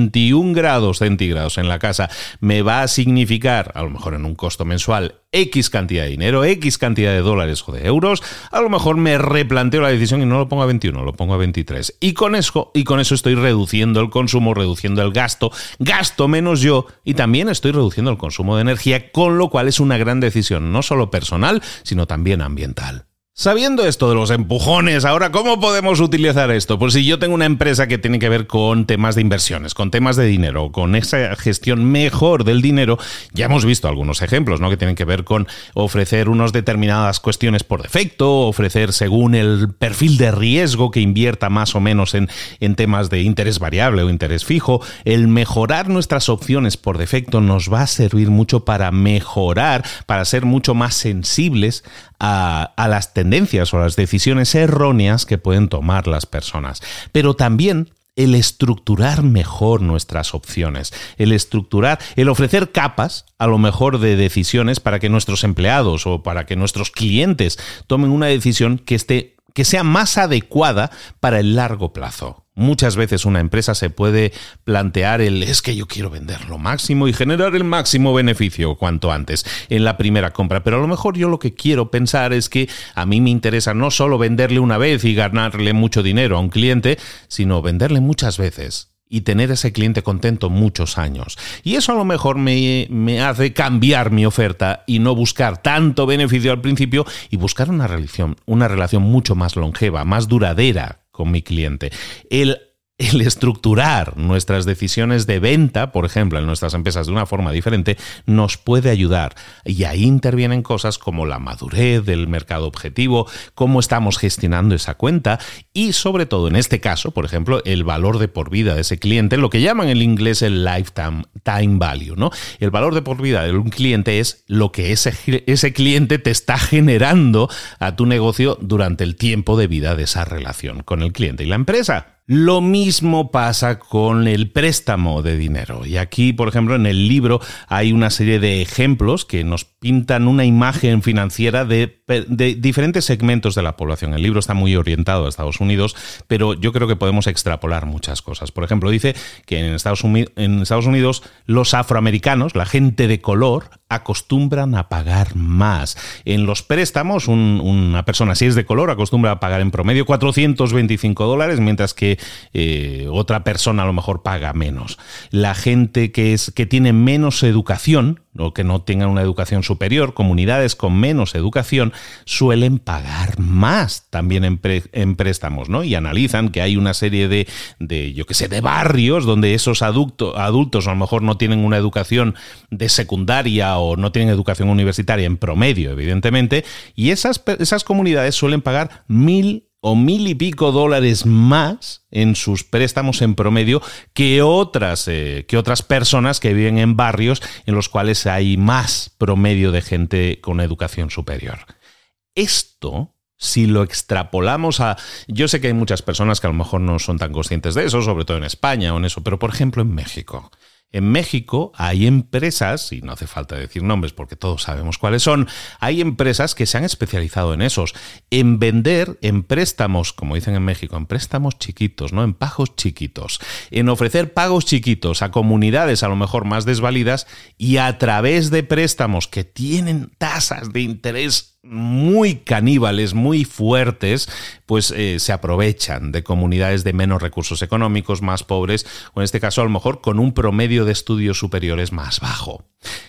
21 grados centígrados en la casa me va a significar, a lo mejor en un costo mensual, X cantidad de dinero, X cantidad de dólares o de euros, a lo mejor me replanteo la decisión y no lo pongo a 21, lo pongo a 23. Y con eso estoy reduciendo el consumo, reduciendo el gasto menos yo y también estoy reduciendo el consumo de energía, con lo cual es una gran decisión, no solo personal, sino también ambiental. Sabiendo esto de los empujones, ahora, ¿cómo podemos utilizar esto? Pues si yo tengo una empresa que tiene que ver con temas de inversiones, con temas de dinero, con esa gestión mejor del dinero, ya hemos visto algunos ejemplos, ¿no? Que tienen que ver con ofrecer unas determinadas cuestiones por defecto, ofrecer según el perfil de riesgo que invierta más o menos en temas de interés variable o interés fijo. El mejorar nuestras opciones por defecto nos va a servir mucho para mejorar, para ser mucho más sensibles a las tendencias o las decisiones erróneas que pueden tomar las personas. Pero también el estructurar mejor nuestras opciones, el ofrecer capas a lo mejor de decisiones para que nuestros empleados o para que nuestros clientes tomen una decisión que sea más adecuada para el largo plazo. Muchas veces una empresa se puede plantear es que yo quiero vender lo máximo y generar el máximo beneficio cuanto antes en la primera compra, pero a lo mejor yo lo que quiero pensar es que a mí me interesa no solo venderle una vez y ganarle mucho dinero a un cliente, sino venderle muchas veces y tener a ese cliente contento muchos años. Y eso a lo mejor me hace cambiar mi oferta y no buscar tanto beneficio al principio y buscar una relación mucho más longeva, más duradera con mi cliente. El estructurar nuestras decisiones de venta, por ejemplo, en nuestras empresas de una forma diferente, nos puede ayudar. Y ahí intervienen cosas como la madurez del mercado objetivo, cómo estamos gestionando esa cuenta y, sobre todo, en este caso, por ejemplo, el valor de por vida de ese cliente, lo que llaman en inglés el lifetime value, ¿no? El valor de por vida de un cliente es lo que ese cliente te está generando a tu negocio durante el tiempo de vida de esa relación con el cliente y la empresa. Lo mismo pasa con el préstamo de dinero. Y aquí, por ejemplo, en el libro hay una serie de ejemplos que nos pintan una imagen financiera de diferentes segmentos de la población. El libro está muy orientado a Estados Unidos, pero yo creo que podemos extrapolar muchas cosas. Por ejemplo, dice que en Estados Unidos los afroamericanos, la gente de color, acostumbran a pagar más. En los préstamos, una persona, si es de color, acostumbra a pagar en promedio $425, mientras que otra persona a lo mejor paga menos. La gente que tiene menos educación o que no tengan una educación superior, comunidades con menos educación, suelen pagar más también en préstamos, ¿no? Y analizan que hay una serie de barrios donde esos adultos a lo mejor no tienen una educación de secundaria o no tienen educación universitaria en promedio, evidentemente, y esas comunidades suelen pagar $1,000 o 1.000 y pico dólares más en sus préstamos en promedio que otras personas que viven en barrios en los cuales hay más promedio de gente con educación superior. Esto, si lo extrapolamos a... Yo sé que hay muchas personas que a lo mejor no son tan conscientes de eso, sobre todo en España o en eso, pero por ejemplo en México. En México hay empresas, y no hace falta decir nombres porque todos sabemos cuáles son, hay empresas que se han especializado en esos, en vender en préstamos, como dicen en México, en préstamos chiquitos, ¿no? En pagos chiquitos, en ofrecer pagos chiquitos a comunidades a lo mejor más desvalidas y a través de préstamos que tienen tasas de interés muy caníbales, muy fuertes, pues se aprovechan de comunidades de menos recursos económicos, más pobres, o en este caso a lo mejor con un promedio de estudios superiores más bajo.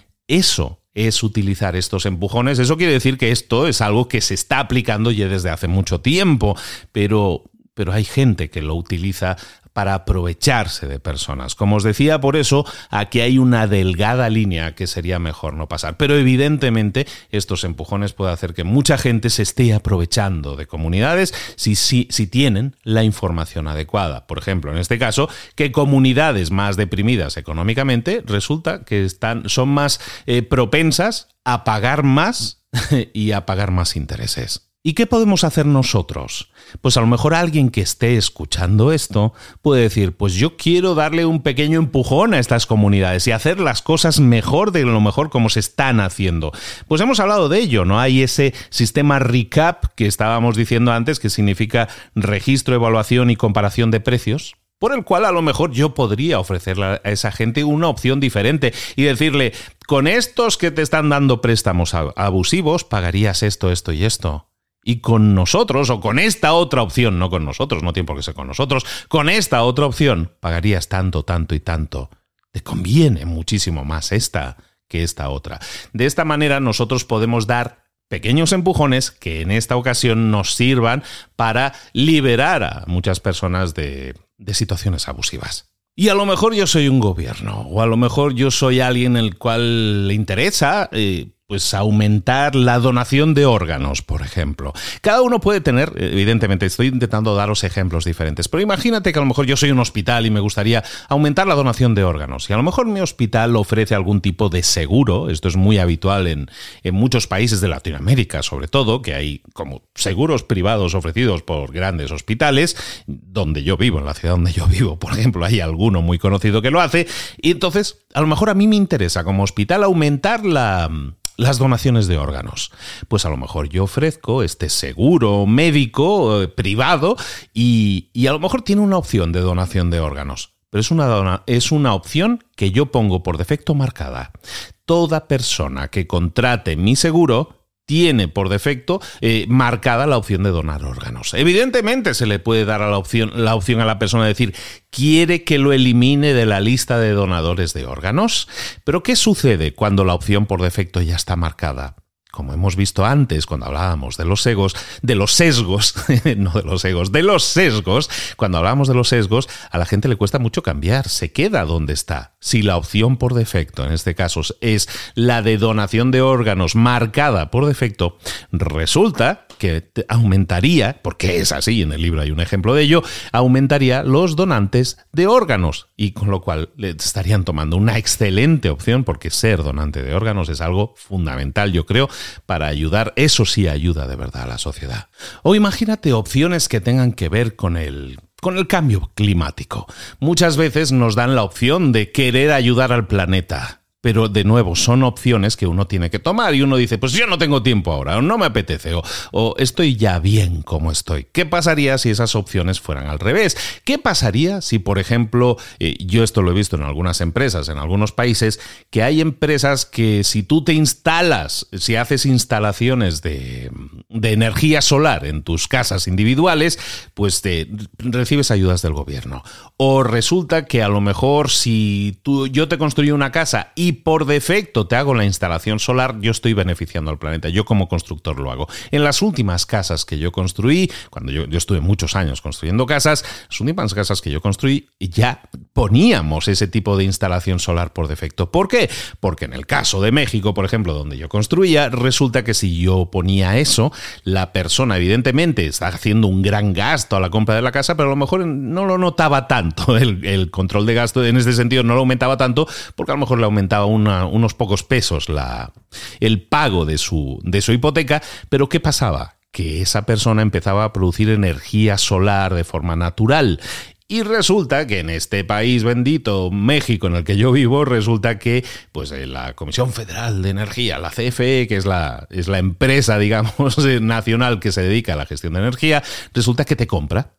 Eso es utilizar estos empujones. Eso quiere decir que esto es algo que se está aplicando ya desde hace mucho tiempo, pero hay gente que lo utiliza para aprovecharse de personas. Como os decía, por eso aquí hay una delgada línea que sería mejor no pasar. Pero evidentemente estos empujones pueden hacer que mucha gente se esté aprovechando de comunidades si tienen la información adecuada. Por ejemplo, en este caso, que comunidades más deprimidas económicamente resulta que son más propensas a pagar más y a pagar más intereses. ¿Y qué podemos hacer nosotros? Pues a lo mejor alguien que esté escuchando esto puede decir, pues yo quiero darle un pequeño empujón a estas comunidades y hacer las cosas mejor de lo mejor como se están haciendo. Pues hemos hablado de ello, ¿no? Hay ese sistema RECAP que estábamos diciendo antes, que significa registro, evaluación y comparación de precios, por el cual a lo mejor yo podría ofrecerle a esa gente una opción diferente y decirle, con estos que te están dando préstamos abusivos, pagarías esto, esto y esto. Y con nosotros, o con esta otra opción, no con nosotros, no tiene por qué ser con nosotros, con esta otra opción pagarías tanto, tanto y tanto. Te conviene muchísimo más esta que esta otra. De esta manera nosotros podemos dar pequeños empujones que en esta ocasión nos sirvan para liberar a muchas personas de situaciones abusivas. Y a lo mejor yo soy un gobierno, o a lo mejor yo soy alguien al cual le interesa pues aumentar la donación de órganos, por ejemplo. Cada uno puede tener, evidentemente, estoy intentando daros ejemplos diferentes, pero imagínate que a lo mejor yo soy un hospital y me gustaría aumentar la donación de órganos. Y a lo mejor mi hospital ofrece algún tipo de seguro, esto es muy habitual en muchos países de Latinoamérica, sobre todo, que hay como seguros privados ofrecidos por grandes hospitales, donde yo vivo, en la ciudad donde yo vivo, por ejemplo, hay alguno muy conocido que lo hace, y entonces a lo mejor a mí me interesa como hospital aumentar las donaciones de órganos. Pues a lo mejor yo ofrezco este seguro médico privado y a lo mejor tiene una opción de donación de órganos. Pero es una opción que yo pongo por defecto marcada. Toda persona que contrate mi seguro tiene por defecto marcada la opción de donar órganos. Evidentemente se le puede dar la opción a la persona de decir, ¿quiere que lo elimine de la lista de donadores de órganos? Pero ¿qué sucede cuando la opción por defecto ya está marcada? Como hemos visto antes, cuando hablábamos de los sesgos, cuando hablábamos de los sesgos, a la gente le cuesta mucho cambiar, se queda donde está. Si la opción por defecto, en este caso, es la de donación de órganos marcada por defecto, resulta que aumentaría, porque es así, en el libro hay un ejemplo de ello, aumentaría los donantes de órganos, y con lo cual le estarían tomando una excelente opción, porque ser donante de órganos es algo fundamental, yo creo, para ayudar, eso sí ayuda de verdad a la sociedad. O imagínate opciones que tengan que ver con el cambio climático. Muchas veces nos dan la opción de querer ayudar al planeta. Pero, de nuevo, son opciones que uno tiene que tomar y uno dice, pues yo no tengo tiempo ahora, o no me apetece, o estoy ya bien como estoy. ¿Qué pasaría si esas opciones fueran al revés? ¿Qué pasaría si, por ejemplo, yo esto lo he visto en algunas empresas, en algunos países, que hay empresas que si tú te instalas, si haces instalaciones de energía solar en tus casas individuales, pues recibes ayudas del gobierno? O resulta que a lo mejor si yo te construyo una casa y y por defecto te hago la instalación solar, yo estoy beneficiando al planeta. Yo como constructor lo hago. En las últimas casas que yo construí, cuando yo estuve muchos años construyendo casas, las últimas casas que yo construí ya poníamos ese tipo de instalación solar por defecto. ¿Por qué? Porque en el caso de México, por ejemplo, donde yo construía, resulta que si yo ponía eso, la persona evidentemente está haciendo un gran gasto a la compra de la casa, pero a lo mejor no lo notaba tanto. El control de gasto en este sentido no lo aumentaba tanto porque a lo mejor le aumentaba unos pocos pesos el pago de su hipoteca. Pero ¿qué pasaba? Que esa persona empezaba a producir energía solar de forma natural. Y resulta que en este país bendito, México, en el que yo vivo, resulta que pues, la Comisión Federal de Energía, la CFE, que es la empresa, digamos, nacional que se dedica a la gestión de energía, resulta que te compra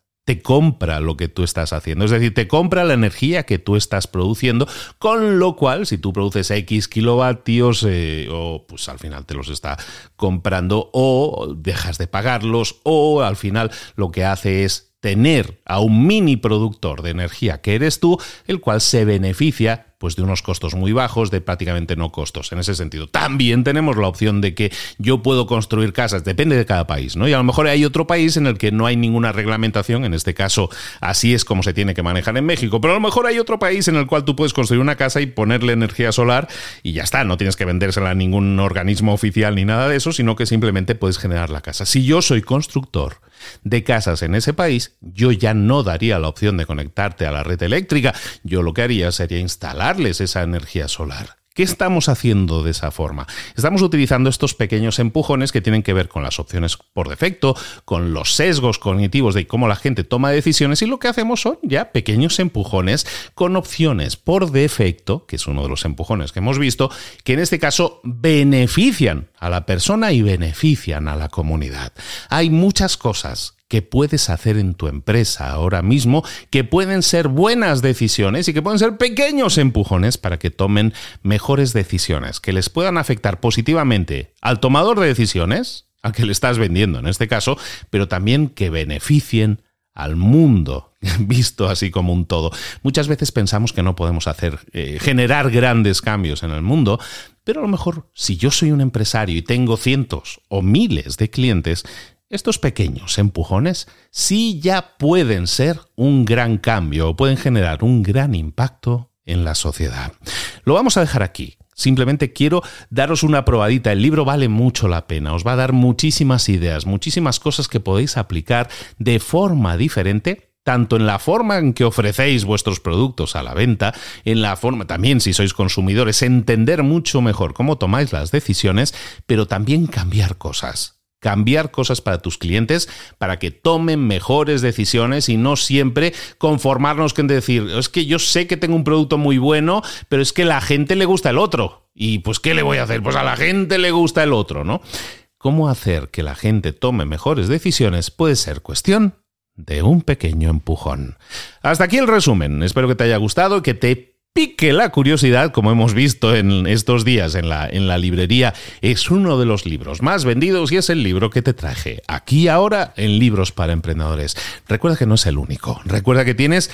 lo que tú estás haciendo. Es decir, te compra la energía que tú estás produciendo, con lo cual, si tú produces X kilovatios, o pues al final te los está comprando o dejas de pagarlos, o al final lo que hace es tener a un mini productor de energía que eres tú, el cual se beneficia pues de unos costos muy bajos, de prácticamente no costos. En ese sentido, también tenemos la opción de que yo puedo construir casas, depende de cada país, ¿no? Y a lo mejor hay otro país en el que no hay ninguna reglamentación, en este caso así es como se tiene que manejar en México, pero a lo mejor hay otro país en el cual tú puedes construir una casa y ponerle energía solar y ya está, no tienes que vendérsela a ningún organismo oficial ni nada de eso, sino que simplemente puedes generar la casa. Si yo soy constructor de casas en ese país, yo ya no daría la opción de conectarte a la red eléctrica. Yo lo que haría sería instalarles esa energía solar. ¿Qué estamos haciendo de esa forma? Estamos utilizando estos pequeños empujones que tienen que ver con las opciones por defecto, con los sesgos cognitivos de cómo la gente toma decisiones, y lo que hacemos son ya pequeños empujones con opciones por defecto, que es uno de los empujones que hemos visto, que en este caso benefician a la persona y benefician a la comunidad. Hay muchas cosas que puedes hacer en tu empresa ahora mismo, que pueden ser buenas decisiones y que pueden ser pequeños empujones para que tomen mejores decisiones, que les puedan afectar positivamente al tomador de decisiones, al que le estás vendiendo en este caso, pero también que beneficien al mundo, visto así como un todo. Muchas veces pensamos que no podemos generar grandes cambios en el mundo, pero a lo mejor si yo soy un empresario y tengo cientos o miles de clientes, estos pequeños empujones sí ya pueden ser un gran cambio o pueden generar un gran impacto en la sociedad. Lo vamos a dejar aquí. Simplemente quiero daros una probadita. El libro vale mucho la pena. Os va a dar muchísimas ideas, muchísimas cosas que podéis aplicar de forma diferente, tanto en la forma en que ofrecéis vuestros productos a la venta, en la forma también, si sois consumidores, entender mucho mejor cómo tomáis las decisiones, pero también cambiar cosas. Cambiar cosas para tus clientes para que tomen mejores decisiones y no siempre conformarnos con decir, es que yo sé que tengo un producto muy bueno, pero es que a la gente le gusta el otro. Y pues, ¿qué le voy a hacer? Pues a la gente le gusta el otro, ¿no? ¿Cómo hacer que la gente tome mejores decisiones? Puede ser cuestión de un pequeño empujón. Hasta aquí el resumen. Espero que te haya gustado y que te pique la curiosidad, como hemos visto en estos días en la librería. Es uno de los libros más vendidos y es el libro que te traje aquí ahora en Libros para Emprendedores. Recuerda que no es el único. Recuerda que tienes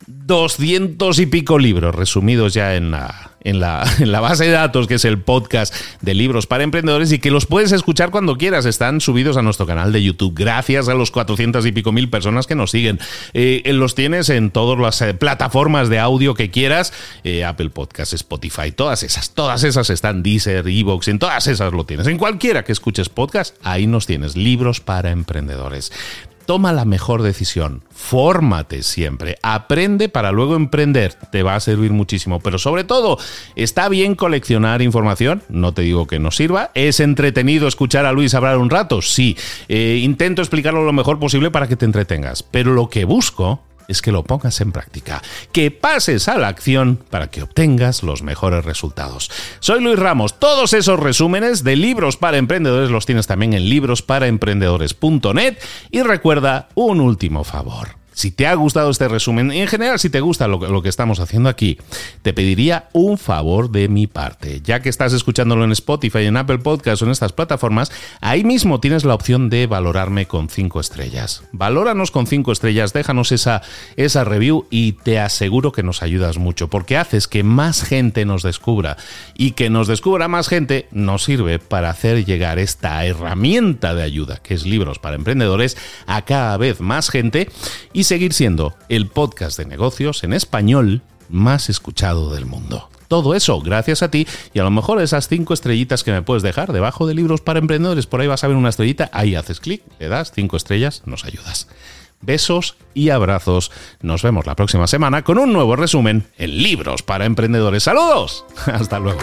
200 y pico libros resumidos ya en la base de datos, que es el podcast de Libros para Emprendedores, y que los puedes escuchar cuando quieras. Están subidos a nuestro canal de YouTube, gracias a los 400 y pico mil personas que nos siguen. Los tienes en todas las plataformas de audio que quieras, Apple Podcasts, Spotify, todas esas están, Deezer, iVoox, en todas esas lo tienes. En cualquiera que escuches podcast, ahí nos tienes, Libros para Emprendedores. Toma la mejor decisión, fórmate siempre, aprende para luego emprender, te va a servir muchísimo, pero sobre todo, está bien coleccionar información, no te digo que no sirva, es entretenido escuchar a Luis hablar un rato, sí, intento explicarlo lo mejor posible para que te entretengas, pero lo que busco es que lo pongas en práctica, que pases a la acción para que obtengas los mejores resultados. Soy Luis Ramos. Todos esos resúmenes de Libros para Emprendedores los tienes también en librosparaemprendedores.net. Y recuerda un último favor. Si te ha gustado este resumen, y en general si te gusta lo que estamos haciendo aquí, te pediría un favor de mi parte. Ya que estás escuchándolo en Spotify, en Apple Podcasts o en estas plataformas, ahí mismo tienes la opción de valorarme con 5 estrellas. Valóranos con 5 estrellas, déjanos esa review y te aseguro que nos ayudas mucho, porque haces que más gente nos descubra, y que nos descubra más gente nos sirve para hacer llegar esta herramienta de ayuda, que es Libros para Emprendedores, a cada vez más gente y seguir siendo el podcast de negocios en español más escuchado del mundo. Todo eso gracias a ti, y a lo mejor esas 5 estrellitas que me puedes dejar debajo de Libros para Emprendedores, por ahí vas a ver una estrellita, ahí haces clic, le das 5 estrellas, nos ayudas. Besos y abrazos. Nos vemos la próxima semana con un nuevo resumen en Libros para Emprendedores. ¡Saludos! Hasta luego.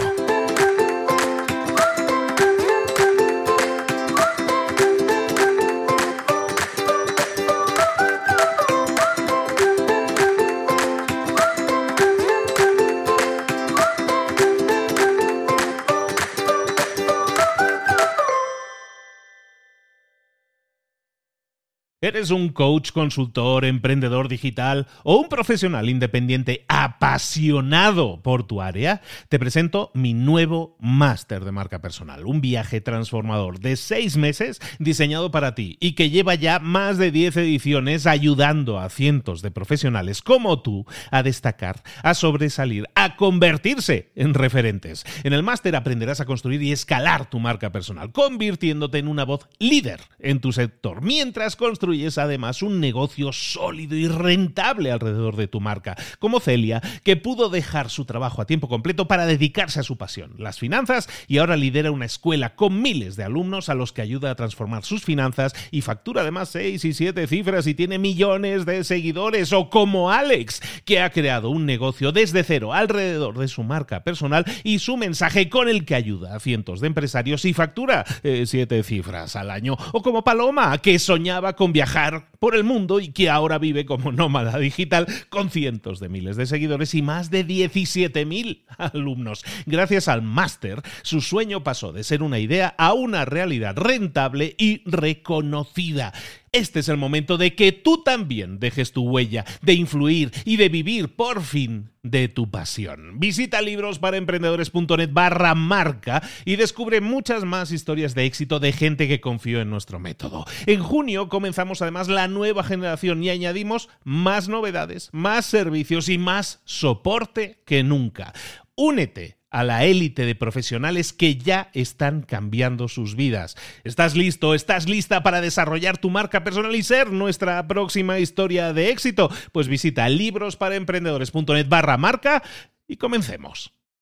¿Eres un coach, consultor, emprendedor digital o un profesional independiente apasionado por tu área? Te presento mi nuevo máster de marca personal, un viaje transformador de 6 meses diseñado para ti y que lleva ya más de 10 ediciones ayudando a cientos de profesionales como tú a destacar, a sobresalir, a convertirse en referentes. En el máster aprenderás a construir y escalar tu marca personal, convirtiéndote en una voz líder en tu sector, mientras construyes además un negocio sólido y rentable alrededor de tu marca, como Celia, que pudo dejar su trabajo a tiempo completo para dedicarse a su pasión, las finanzas, y ahora lidera una escuela con miles de alumnos a los que ayuda a transformar sus finanzas y factura además 6 y 7 cifras y tiene millones de seguidores. O como Alex, que ha creado un negocio desde cero alrededor de su marca personal y su mensaje, con el que ayuda a cientos de empresarios y factura 7 cifras al año. O como Paloma, que soñaba con viajar por el mundo y que ahora vive como nómada digital con cientos de miles de seguidores y más de 17.000 alumnos. Gracias al máster, su sueño pasó de ser una idea a una realidad rentable y reconocida. Este es el momento de que tú también dejes tu huella, de influir y de vivir por fin de tu pasión. Visita librosparaemprendedores.net/marca y descubre muchas más historias de éxito de gente que confió en nuestro método. En junio comenzamos además la nueva generación y añadimos más novedades, más servicios y más soporte que nunca. Únete a la élite de profesionales que ya están cambiando sus vidas. ¿Estás listo? ¿Estás lista para desarrollar tu marca personal y ser nuestra próxima historia de éxito? Pues visita librosparaemprendedores.net/marca y comencemos.